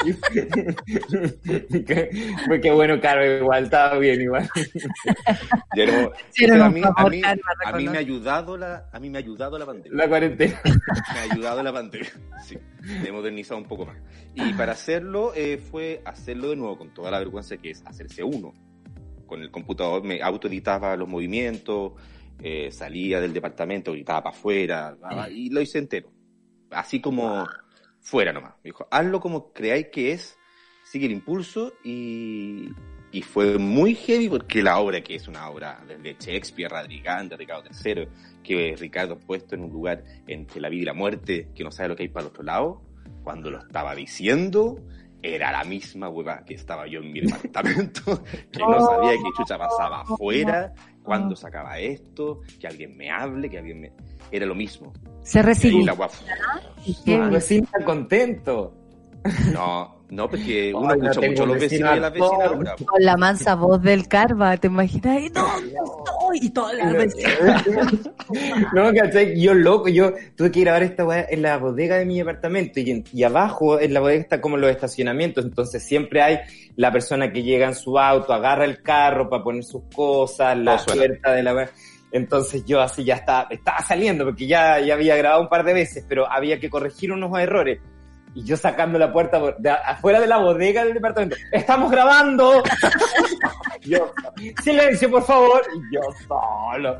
Fue que bueno, Carlos, igual estaba bien igual. Pero, o sea, a mí, a mí, a mí me ha ayudado la, a mí me ha ayudado la pandemia. La cuarentena. Me ha ayudado la pandemia. Sí, me he modernizado un poco más. Y para hacerlo eh, fue hacerlo de nuevo con toda la vergüenza que es hacerse uno. Con el computador me autoeditaba los movimientos, eh, salía del departamento, gritaba para afuera, y lo hice entero. Así como fuera nomás. Me dijo, hazlo como creáis que es, sigue el impulso, y, y fue muy heavy porque la obra, que es una obra de Shakespeare, Radrigán, de Ricardo tercero, que Ricardo ha puesto en un lugar entre la vida y la muerte, que no sabe lo que hay para el otro lado, cuando lo estaba diciendo, era la misma hueva que estaba yo en mi departamento, que no sabía qué chucha pasaba afuera, cuándo sacaba esto, que alguien me hable, que alguien me... Era lo mismo. Se recibió. La guapa... Recién está contento. No, no, porque uno Ay, escucha no mucho a los vecinos y a las vecinas ahora. Con la mansa voz del Carva, ¿te imaginas? Y ¿dónde estoy? Y todas las vecinas. No, ¿cachai? Yo loco, yo tuve que grabar esta weá en la bodega de mi departamento y, en, y abajo en la bodega está como los estacionamientos, entonces siempre hay la persona que llega en su auto, agarra el carro para poner sus cosas, la puerta de la weá. Entonces yo así ya estaba, estaba saliendo, porque ya, ya había grabado un par de veces, pero había que corregir unos errores. Y yo sacando la puerta por, de, afuera de la bodega del departamento. ¡Estamos grabando! Yo, silencio, por favor. Y yo solo.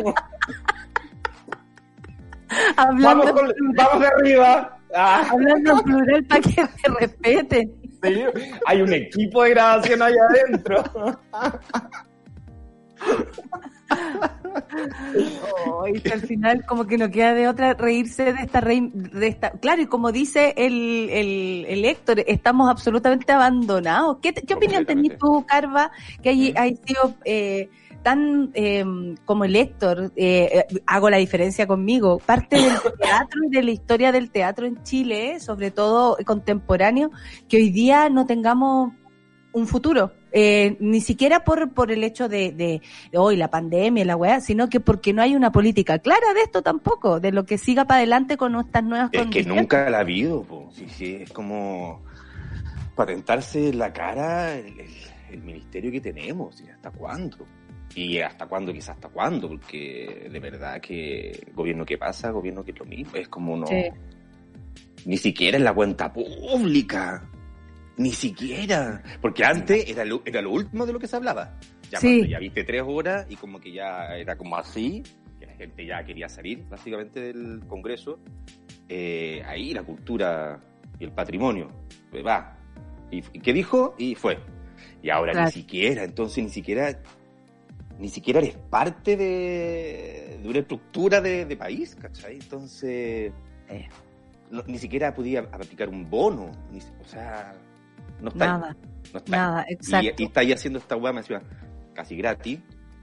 Hablando, vamos, con, vamos de arriba. Ah. Hablando en plural para que te respeten. ¿Sí? Hay un equipo de grabación allá adentro. Oh, y al final como que no queda de otra reírse de esta rey, de esta, claro, y como dice el, el, el Héctor, estamos absolutamente abandonados. ¿Qué, qué opinión tenés tú, Carva, que hay, hay sido eh, tan eh, como el Héctor, eh, hago la diferencia conmigo, parte del teatro y de la historia del teatro en Chile, sobre todo contemporáneo, que hoy día no tengamos un futuro? Eh, ni siquiera por por el hecho de, de, de hoy la pandemia, la weá, sino que porque no hay una política clara de esto tampoco, de lo que siga para adelante con estas nuevas es condiciones. Es que nunca la ha habido, po. Sí, sí, es como patentarse la cara el, el, el ministerio que tenemos, y hasta cuándo, y hasta cuándo, quizás hasta cuándo, porque de verdad que gobierno que pasa, gobierno que es lo mismo, es como no, sí. Ni siquiera en la cuenta pública. Ni siquiera, porque antes era lo, era lo último de lo que se hablaba. Ya sí. Cuando ya viste tres horas y como que ya era como así, que la gente ya quería salir básicamente del Congreso, eh, ahí la cultura y el patrimonio, pues va. ¿Y, y qué dijo? Y fue. Y ahora claro. Ni siquiera, entonces ni siquiera, ni siquiera eres parte de, de una estructura de, de país, ¿cachai? Entonces, eh, no, ni siquiera podía aplicar un bono, ni, o sea... No está nada, ahí, no está nada, ahí. exacto. Y, y está ahí haciendo esta hueá, me decía, casi gratis,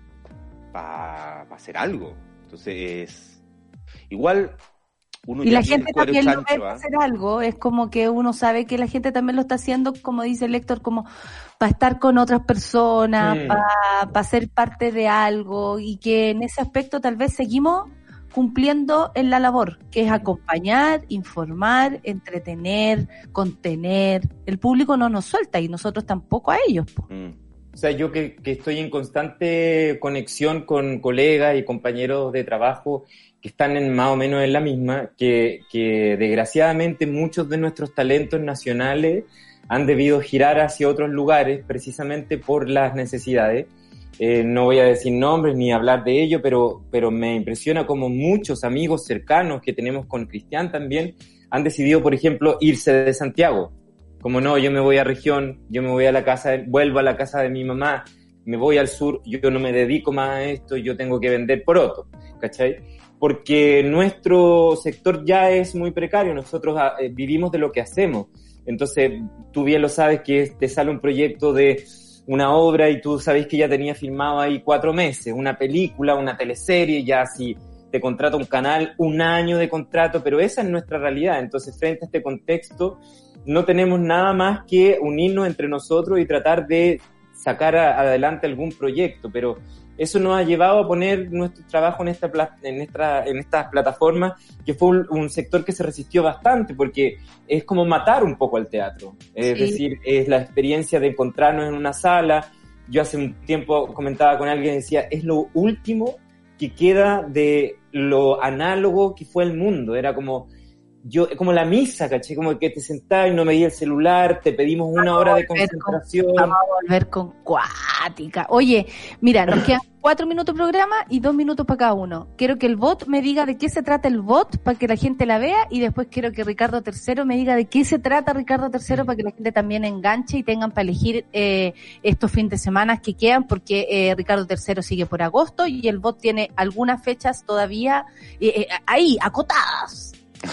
para pa hacer algo. Entonces, igual, uno y ya la gente también chancho, lo ve para ¿eh? hacer algo, es como que uno sabe que la gente también lo está haciendo, como dice el Héctor, como para estar con otras personas, mm. para pa ser parte de algo, y que en ese aspecto tal vez seguimos cumpliendo en la labor, que es acompañar, informar, entretener, contener. El público no nos suelta y nosotros tampoco a ellos. Mm. O sea, yo que, que estoy en constante conexión con colegas y compañeros de trabajo que están en más o menos en la misma, que, que desgraciadamente muchos de nuestros talentos nacionales han debido girar hacia otros lugares precisamente por las necesidades. Eh, no voy a decir nombres ni hablar de ello, pero, pero me impresiona como muchos amigos cercanos que tenemos con Cristian también han decidido, por ejemplo, irse de Santiago. Como no, yo me voy a región, yo me voy a la casa, de, vuelvo a la casa de mi mamá, me voy al sur, yo no me dedico más a esto, yo tengo que vender poroto, ¿cachai? Porque nuestro sector ya es muy precario, nosotros eh, vivimos de lo que hacemos. Entonces, tú bien lo sabes que te sale un proyecto de una obra y tú sabes que ya tenía filmado ahí cuatro meses, una película, una teleserie, ya si te contrata un canal, un año de contrato, pero esa es nuestra realidad. Entonces, frente a este contexto, no tenemos nada más que unirnos entre nosotros y tratar de sacar a, adelante algún proyecto, pero eso nos ha llevado a poner nuestro trabajo en esta en esta en estas plataformas, que fue un, un sector que se resistió bastante, porque es como matar un poco al teatro. Es sí. decir, es la experiencia de encontrarnos en una sala. Yo hace un tiempo comentaba con alguien y decía, es lo último que queda de lo análogo que fue el mundo. Era como yo como la misa, ¿caché? Como que te sentás y no veías el celular, te pedimos una hora de concentración. Con, vamos a volver con cuática. Oye, mira, nos quedan cuatro minutos de programa y dos minutos para cada uno. Quiero que el bot me diga de qué se trata el bot para que la gente la vea, y después quiero que Ricardo Tercero me diga de qué se trata Ricardo Tercero para que la gente también enganche y tengan para elegir eh, estos fines de semana que quedan, porque eh, Ricardo Tercero sigue por agosto y el bot tiene algunas fechas todavía eh, eh, ahí, acotadas.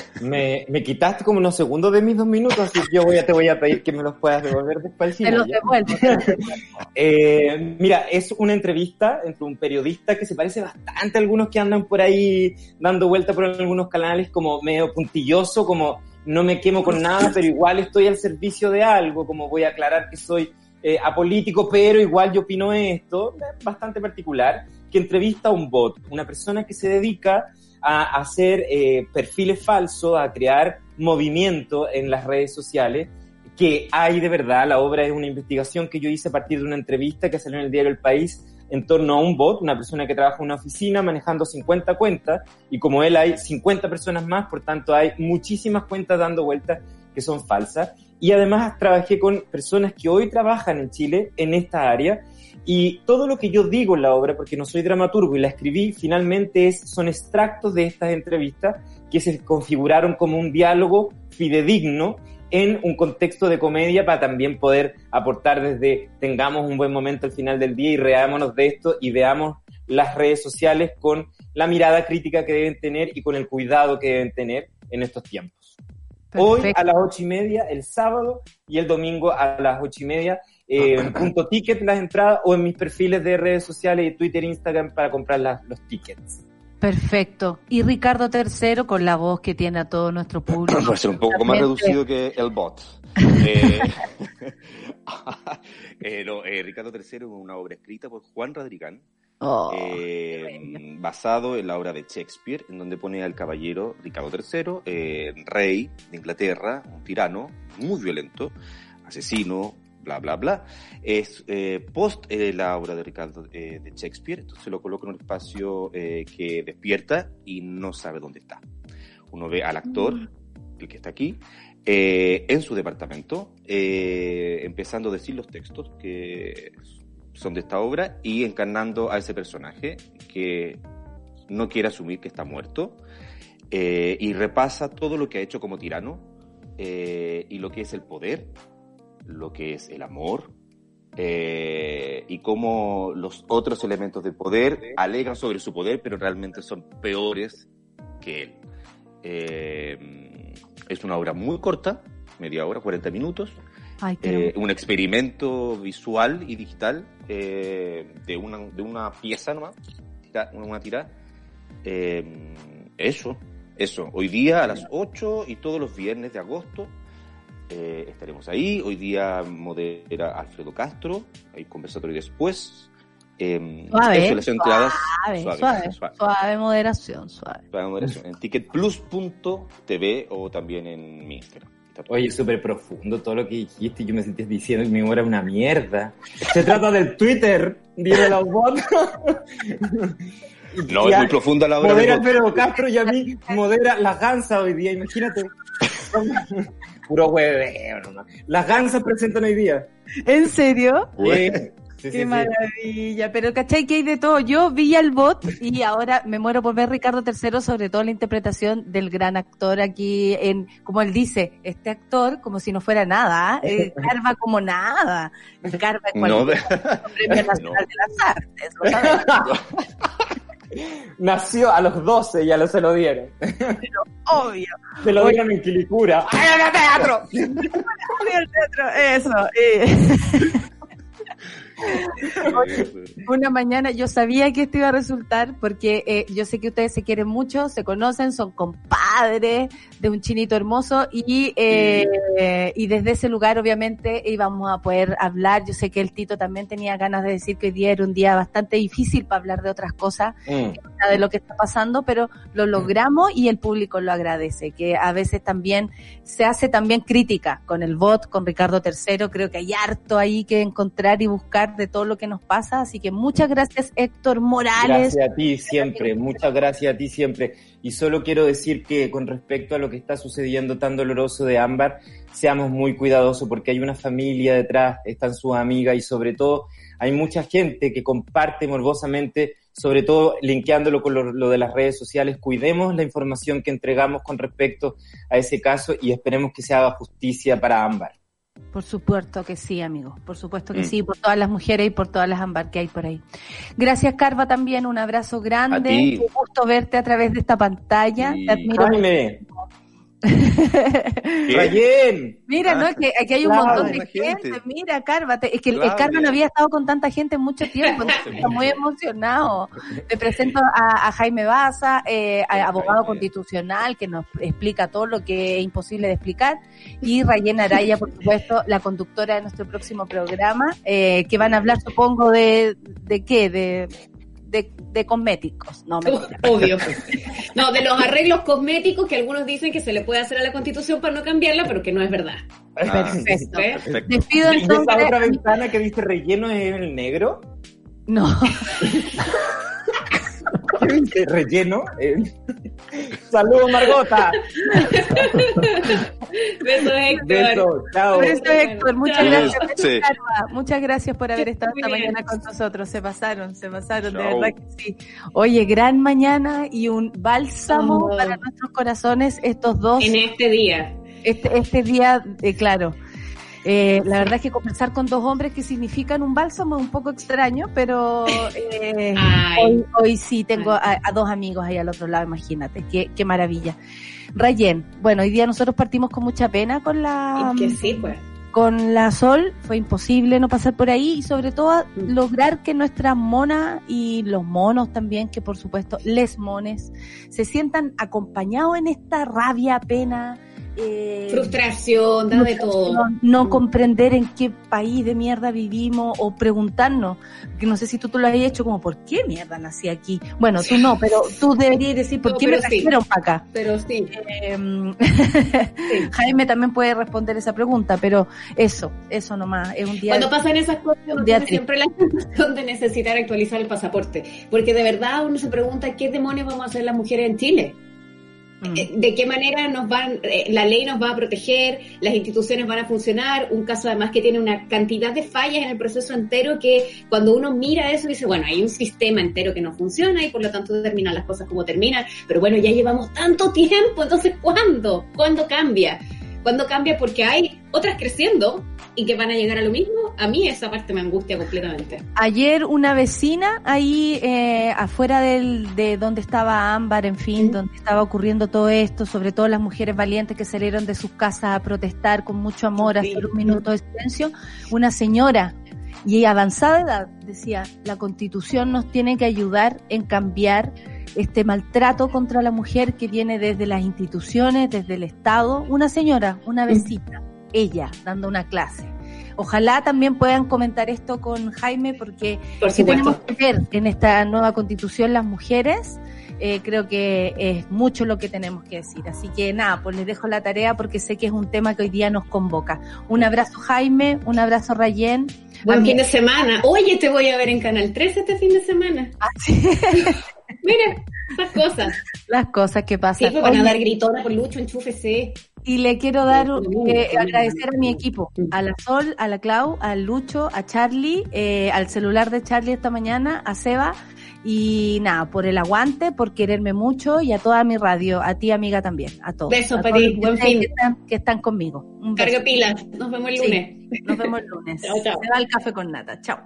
Me, me quitaste como unos segundos de mis dos minutos, así que yo voy a, te voy a pedir que me los puedas devolver después al final. Te los devuelvo. eh, mira, es una entrevista entre un periodista que se parece bastante a algunos que andan por ahí dando vuelta por algunos canales, como medio puntilloso, como no me quemo con nada, pero igual estoy al servicio de algo, como voy a aclarar que soy eh, apolítico, pero igual yo opino esto, bastante particular, que entrevista a un bot, una persona que se dedica a hacer eh, perfiles falsos, a crear movimiento en las redes sociales, que hay de verdad. La obra es una investigación que yo hice a partir de una entrevista que salió en el diario El País en torno a un bot, una persona que trabaja en una oficina manejando cincuenta cuentas, y como él hay cincuenta personas más, por tanto hay muchísimas cuentas dando vueltas que son falsas. Y además trabajé con personas que hoy trabajan en Chile en esta área, y todo lo que yo digo en la obra, porque no soy dramaturgo y la escribí, finalmente es, son extractos de estas entrevistas que se configuraron como un diálogo fidedigno en un contexto de comedia, para también poder aportar desde tengamos un buen momento al final del día y reámonos de esto y veamos las redes sociales con la mirada crítica que deben tener y con el cuidado que deben tener en estos tiempos. Perfecto. Hoy a las ocho y media, el sábado, y el domingo a las ocho y media, eh, en punto ticket las entradas, o en mis perfiles de redes sociales, Twitter e Instagram, para comprar las, los tickets. Perfecto. Y Ricardo tercero, con la voz que tiene a todo nuestro público. Puede ser un poco más reducido que el bot. eh, eh, no, eh, Ricardo tercero es una obra escrita por Juan Radrigán, oh, eh, basado en la obra de Shakespeare, en donde pone al caballero Ricardo tercero, eh, rey de Inglaterra, un tirano muy violento, asesino, bla, bla, bla. Es eh, post eh, la obra de Ricardo eh, de Shakespeare, entonces lo coloca en un espacio eh, que despierta y no sabe dónde está. Uno ve al actor, mm. el que está aquí, eh, en su departamento, eh, empezando a decir los textos que son de esta obra y encarnando a ese personaje que no quiere asumir que está muerto, eh, y repasa todo lo que ha hecho como tirano, eh, y lo que es el poder, lo que es el amor, eh, y cómo los otros elementos del poder alegan sobre su poder, pero realmente son peores que él. Eh, es una obra muy corta, media hora, cuarenta minutos. Ay, eh, un experimento visual y digital eh, de, una, de una pieza nomás, una tirada. Eh, eso, eso. Hoy día a las ocho y todos los viernes de agosto eh, estaremos ahí. Hoy día modera Alfredo Castro, hay conversatorio después. Eh, suave, eso, las entradas, suave, suave, suave, suave, suave moderación, suave. Suave moderación. En ticketplus punto t v o también en mi Instagram. Oye, súper profundo todo lo que dijiste, y yo me sentí diciendo que mi obra es una mierda. Se trata del Twitter, de los bots. No, es muy profunda la obra. Modera Alfredo Castro y a mí modera Las Gansas hoy día, imagínate. Puro hueveo, ¿no? Las Gansas presentan hoy día. ¿En serio? Sí. Sí, Qué sí, maravilla, sí. Pero ¿cachai que hay de todo? Yo vi al bot y ahora me muero por ver Ricardo tercero, sobre todo la interpretación del gran actor aquí, en, como él dice, este actor como si no fuera nada, eh, Carva como nada, Carva es no, de... Premio Nacional no. de las Artes, ¿lo sabes? Nació a los doce y ya lo se lo dieron. Pero obvio. Se lo dieron en Quilicura. ¡Ay, en el teatro! ¡Ay, el teatro! Eso, eh. Una mañana yo sabía que esto iba a resultar porque eh, yo sé que ustedes se quieren mucho, se conocen, son compadres de un chinito hermoso y eh, eh, y desde ese lugar obviamente íbamos a poder hablar. Yo sé que el Tito también tenía ganas de decir que hoy día era un día bastante difícil para hablar de otras cosas, mm. de lo que está pasando, pero lo logramos y el público lo agradece, que a veces también se hace también crítica con el bot, con Ricardo tercero, creo que hay harto ahí que encontrar y buscar de todo lo que nos pasa, así que muchas gracias Héctor Morales. Gracias a ti siempre, muchas gracias a ti siempre, y solo quiero decir que con respecto a lo que está sucediendo tan doloroso de Ámbar, seamos muy cuidadosos porque hay una familia detrás, están sus amigas y sobre todo hay mucha gente que comparte morbosamente, sobre todo linkeándolo con lo, lo de las redes sociales. Cuidemos la información que entregamos con respecto a ese caso y esperemos que se haga justicia para Ámbar. Por supuesto que sí, amigos, por supuesto que mm. sí, por todas las mujeres y por todas las Ámbar que hay por ahí. Gracias, Carva, también un abrazo grande, qué gusto verte a través de esta pantalla, sí. Te admiro. Jaime. Rayén. Mira, ¿no? Que aquí hay un claro, montón de gente. gente. Mira, Carva, te, es que claro, el Carva no había estado con tanta gente en mucho tiempo, está muy emocionado. Te presento a, a Jaime Baza, eh, abogado constitucional, que nos explica todo lo que es imposible de explicar, y Rayén Araya, por supuesto, la conductora de nuestro próximo programa, eh, que van a hablar, supongo, de, de qué, de... De, de cosméticos, no me obvio. No, de los arreglos cosméticos que algunos dicen que se le puede hacer a la Constitución para no cambiarla, pero que no es verdad. Ah, perfecto. ¿Eh? perfecto. Despido ¿Y entonces. esa otra ventana que dice relleno es el negro? No. Relleno. Eh. Saludos, Margota. Besos, Héctor. Besos, chao. Besos, Héctor. Muchas Chao. gracias. Sí. Carla. Muchas gracias por haber estado Muy esta bien. mañana con nosotros. Se pasaron, se pasaron, de Chao. verdad que sí. Oye, gran mañana y un bálsamo Oh. para nuestros corazones estos dos. En este día. Este, este día, eh, claro. Eh, la verdad es que conversar con dos hombres que significan un bálsamo es un poco extraño, pero eh, Ay. hoy, hoy sí tengo a, a dos amigos ahí al otro lado, imagínate, qué, qué maravilla. Rayen, bueno, hoy día nosotros partimos con mucha pena con la Y que sí, pues. con la Sol, fue imposible no pasar por ahí y sobre todo Mm. lograr que nuestras monas y los monos también, que por supuesto les mones, se sientan acompañados en esta rabia, pena, eh, Frustración, da de todo. no Mm. comprender en qué país de mierda vivimos o preguntarnos, que no sé si tú, tú lo has hecho como, ¿por qué mierda nací aquí? Bueno, tú no, pero tú deberías decir, ¿por No, qué me pero sí. trajeron para acá? Pero sí. Eh, Jaime también puede responder esa pregunta, pero eso, eso nomás, es un día... Cuando pasan esas cosas, uno un día tiene siempre la sensación de necesitar actualizar el pasaporte. Porque de verdad uno se pregunta qué demonios vamos a hacer las mujeres en Chile. Mm. Eh, ¿De qué manera nos van, eh, la ley nos va a proteger, las instituciones van a funcionar? Un caso además que tiene una cantidad de fallas en el proceso entero que cuando uno mira eso dice, bueno, hay un sistema entero que no funciona y por lo tanto terminan las cosas como terminan, pero bueno, ya llevamos tanto tiempo, entonces ¿cuándo? ¿Cuándo cambia? ¿Cuándo cambia? Porque hay otras creciendo y que van a llegar a lo mismo. A mí esa parte me angustia completamente. Ayer una vecina ahí eh, afuera del, de donde estaba Ámbar, en fin, ¿Mm? donde estaba ocurriendo todo esto, sobre todo las mujeres valientes que salieron de sus casas a protestar con mucho amor, a Sí. hacer un minuto de silencio, una señora y avanzada edad decía, la Constitución nos tiene que ayudar en cambiar este maltrato contra la mujer que viene desde las instituciones, desde el Estado. Una señora, una vecina, ella dando una clase. Ojalá también puedan comentar esto con Jaime, porque Por ¿qué tenemos supuesto. que ver en esta nueva Constitución las mujeres? Eh, creo que es mucho lo que tenemos que decir. Así que nada, pues les dejo la tarea porque sé que es un tema que hoy día nos convoca. Un abrazo Jaime, un abrazo Rayen. Buen A mí- fin de semana. Oye, te voy a ver en Canal trece este fin de semana. Ah, sí. Mira, esas cosas. Las cosas que Sí, pasan. pues van a Oye, dar gritona por Lucho, enchúfese. y le quiero dar, Sí, eh, sí, agradecer a mi sí. equipo, a la Sol, a la Clau, al Lucho, a Charlie, eh, al celular de Charlie esta mañana, a Seba, y nada, por el aguante, por quererme mucho, y a toda mi radio, a ti amiga también, a todos. Besos a para todos ti, los buen ustedes fin. que están, que están conmigo. Un beso. Carga pilas. Nos vemos el Sí. lunes. Nos vemos el lunes. Chao, chao. Se va el café con nata. Chao.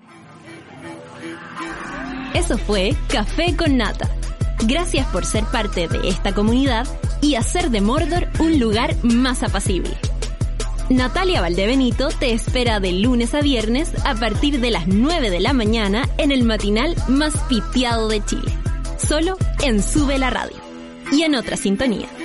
Eso fue Café con Nata. Gracias por ser parte de esta comunidad y hacer de Mordor un lugar más apacible. Natalia Valdebenito te espera de lunes a viernes a partir de las nueve de la mañana en el matinal más piteado de Chile. Solo en Sube la Radio y en otra sintonía.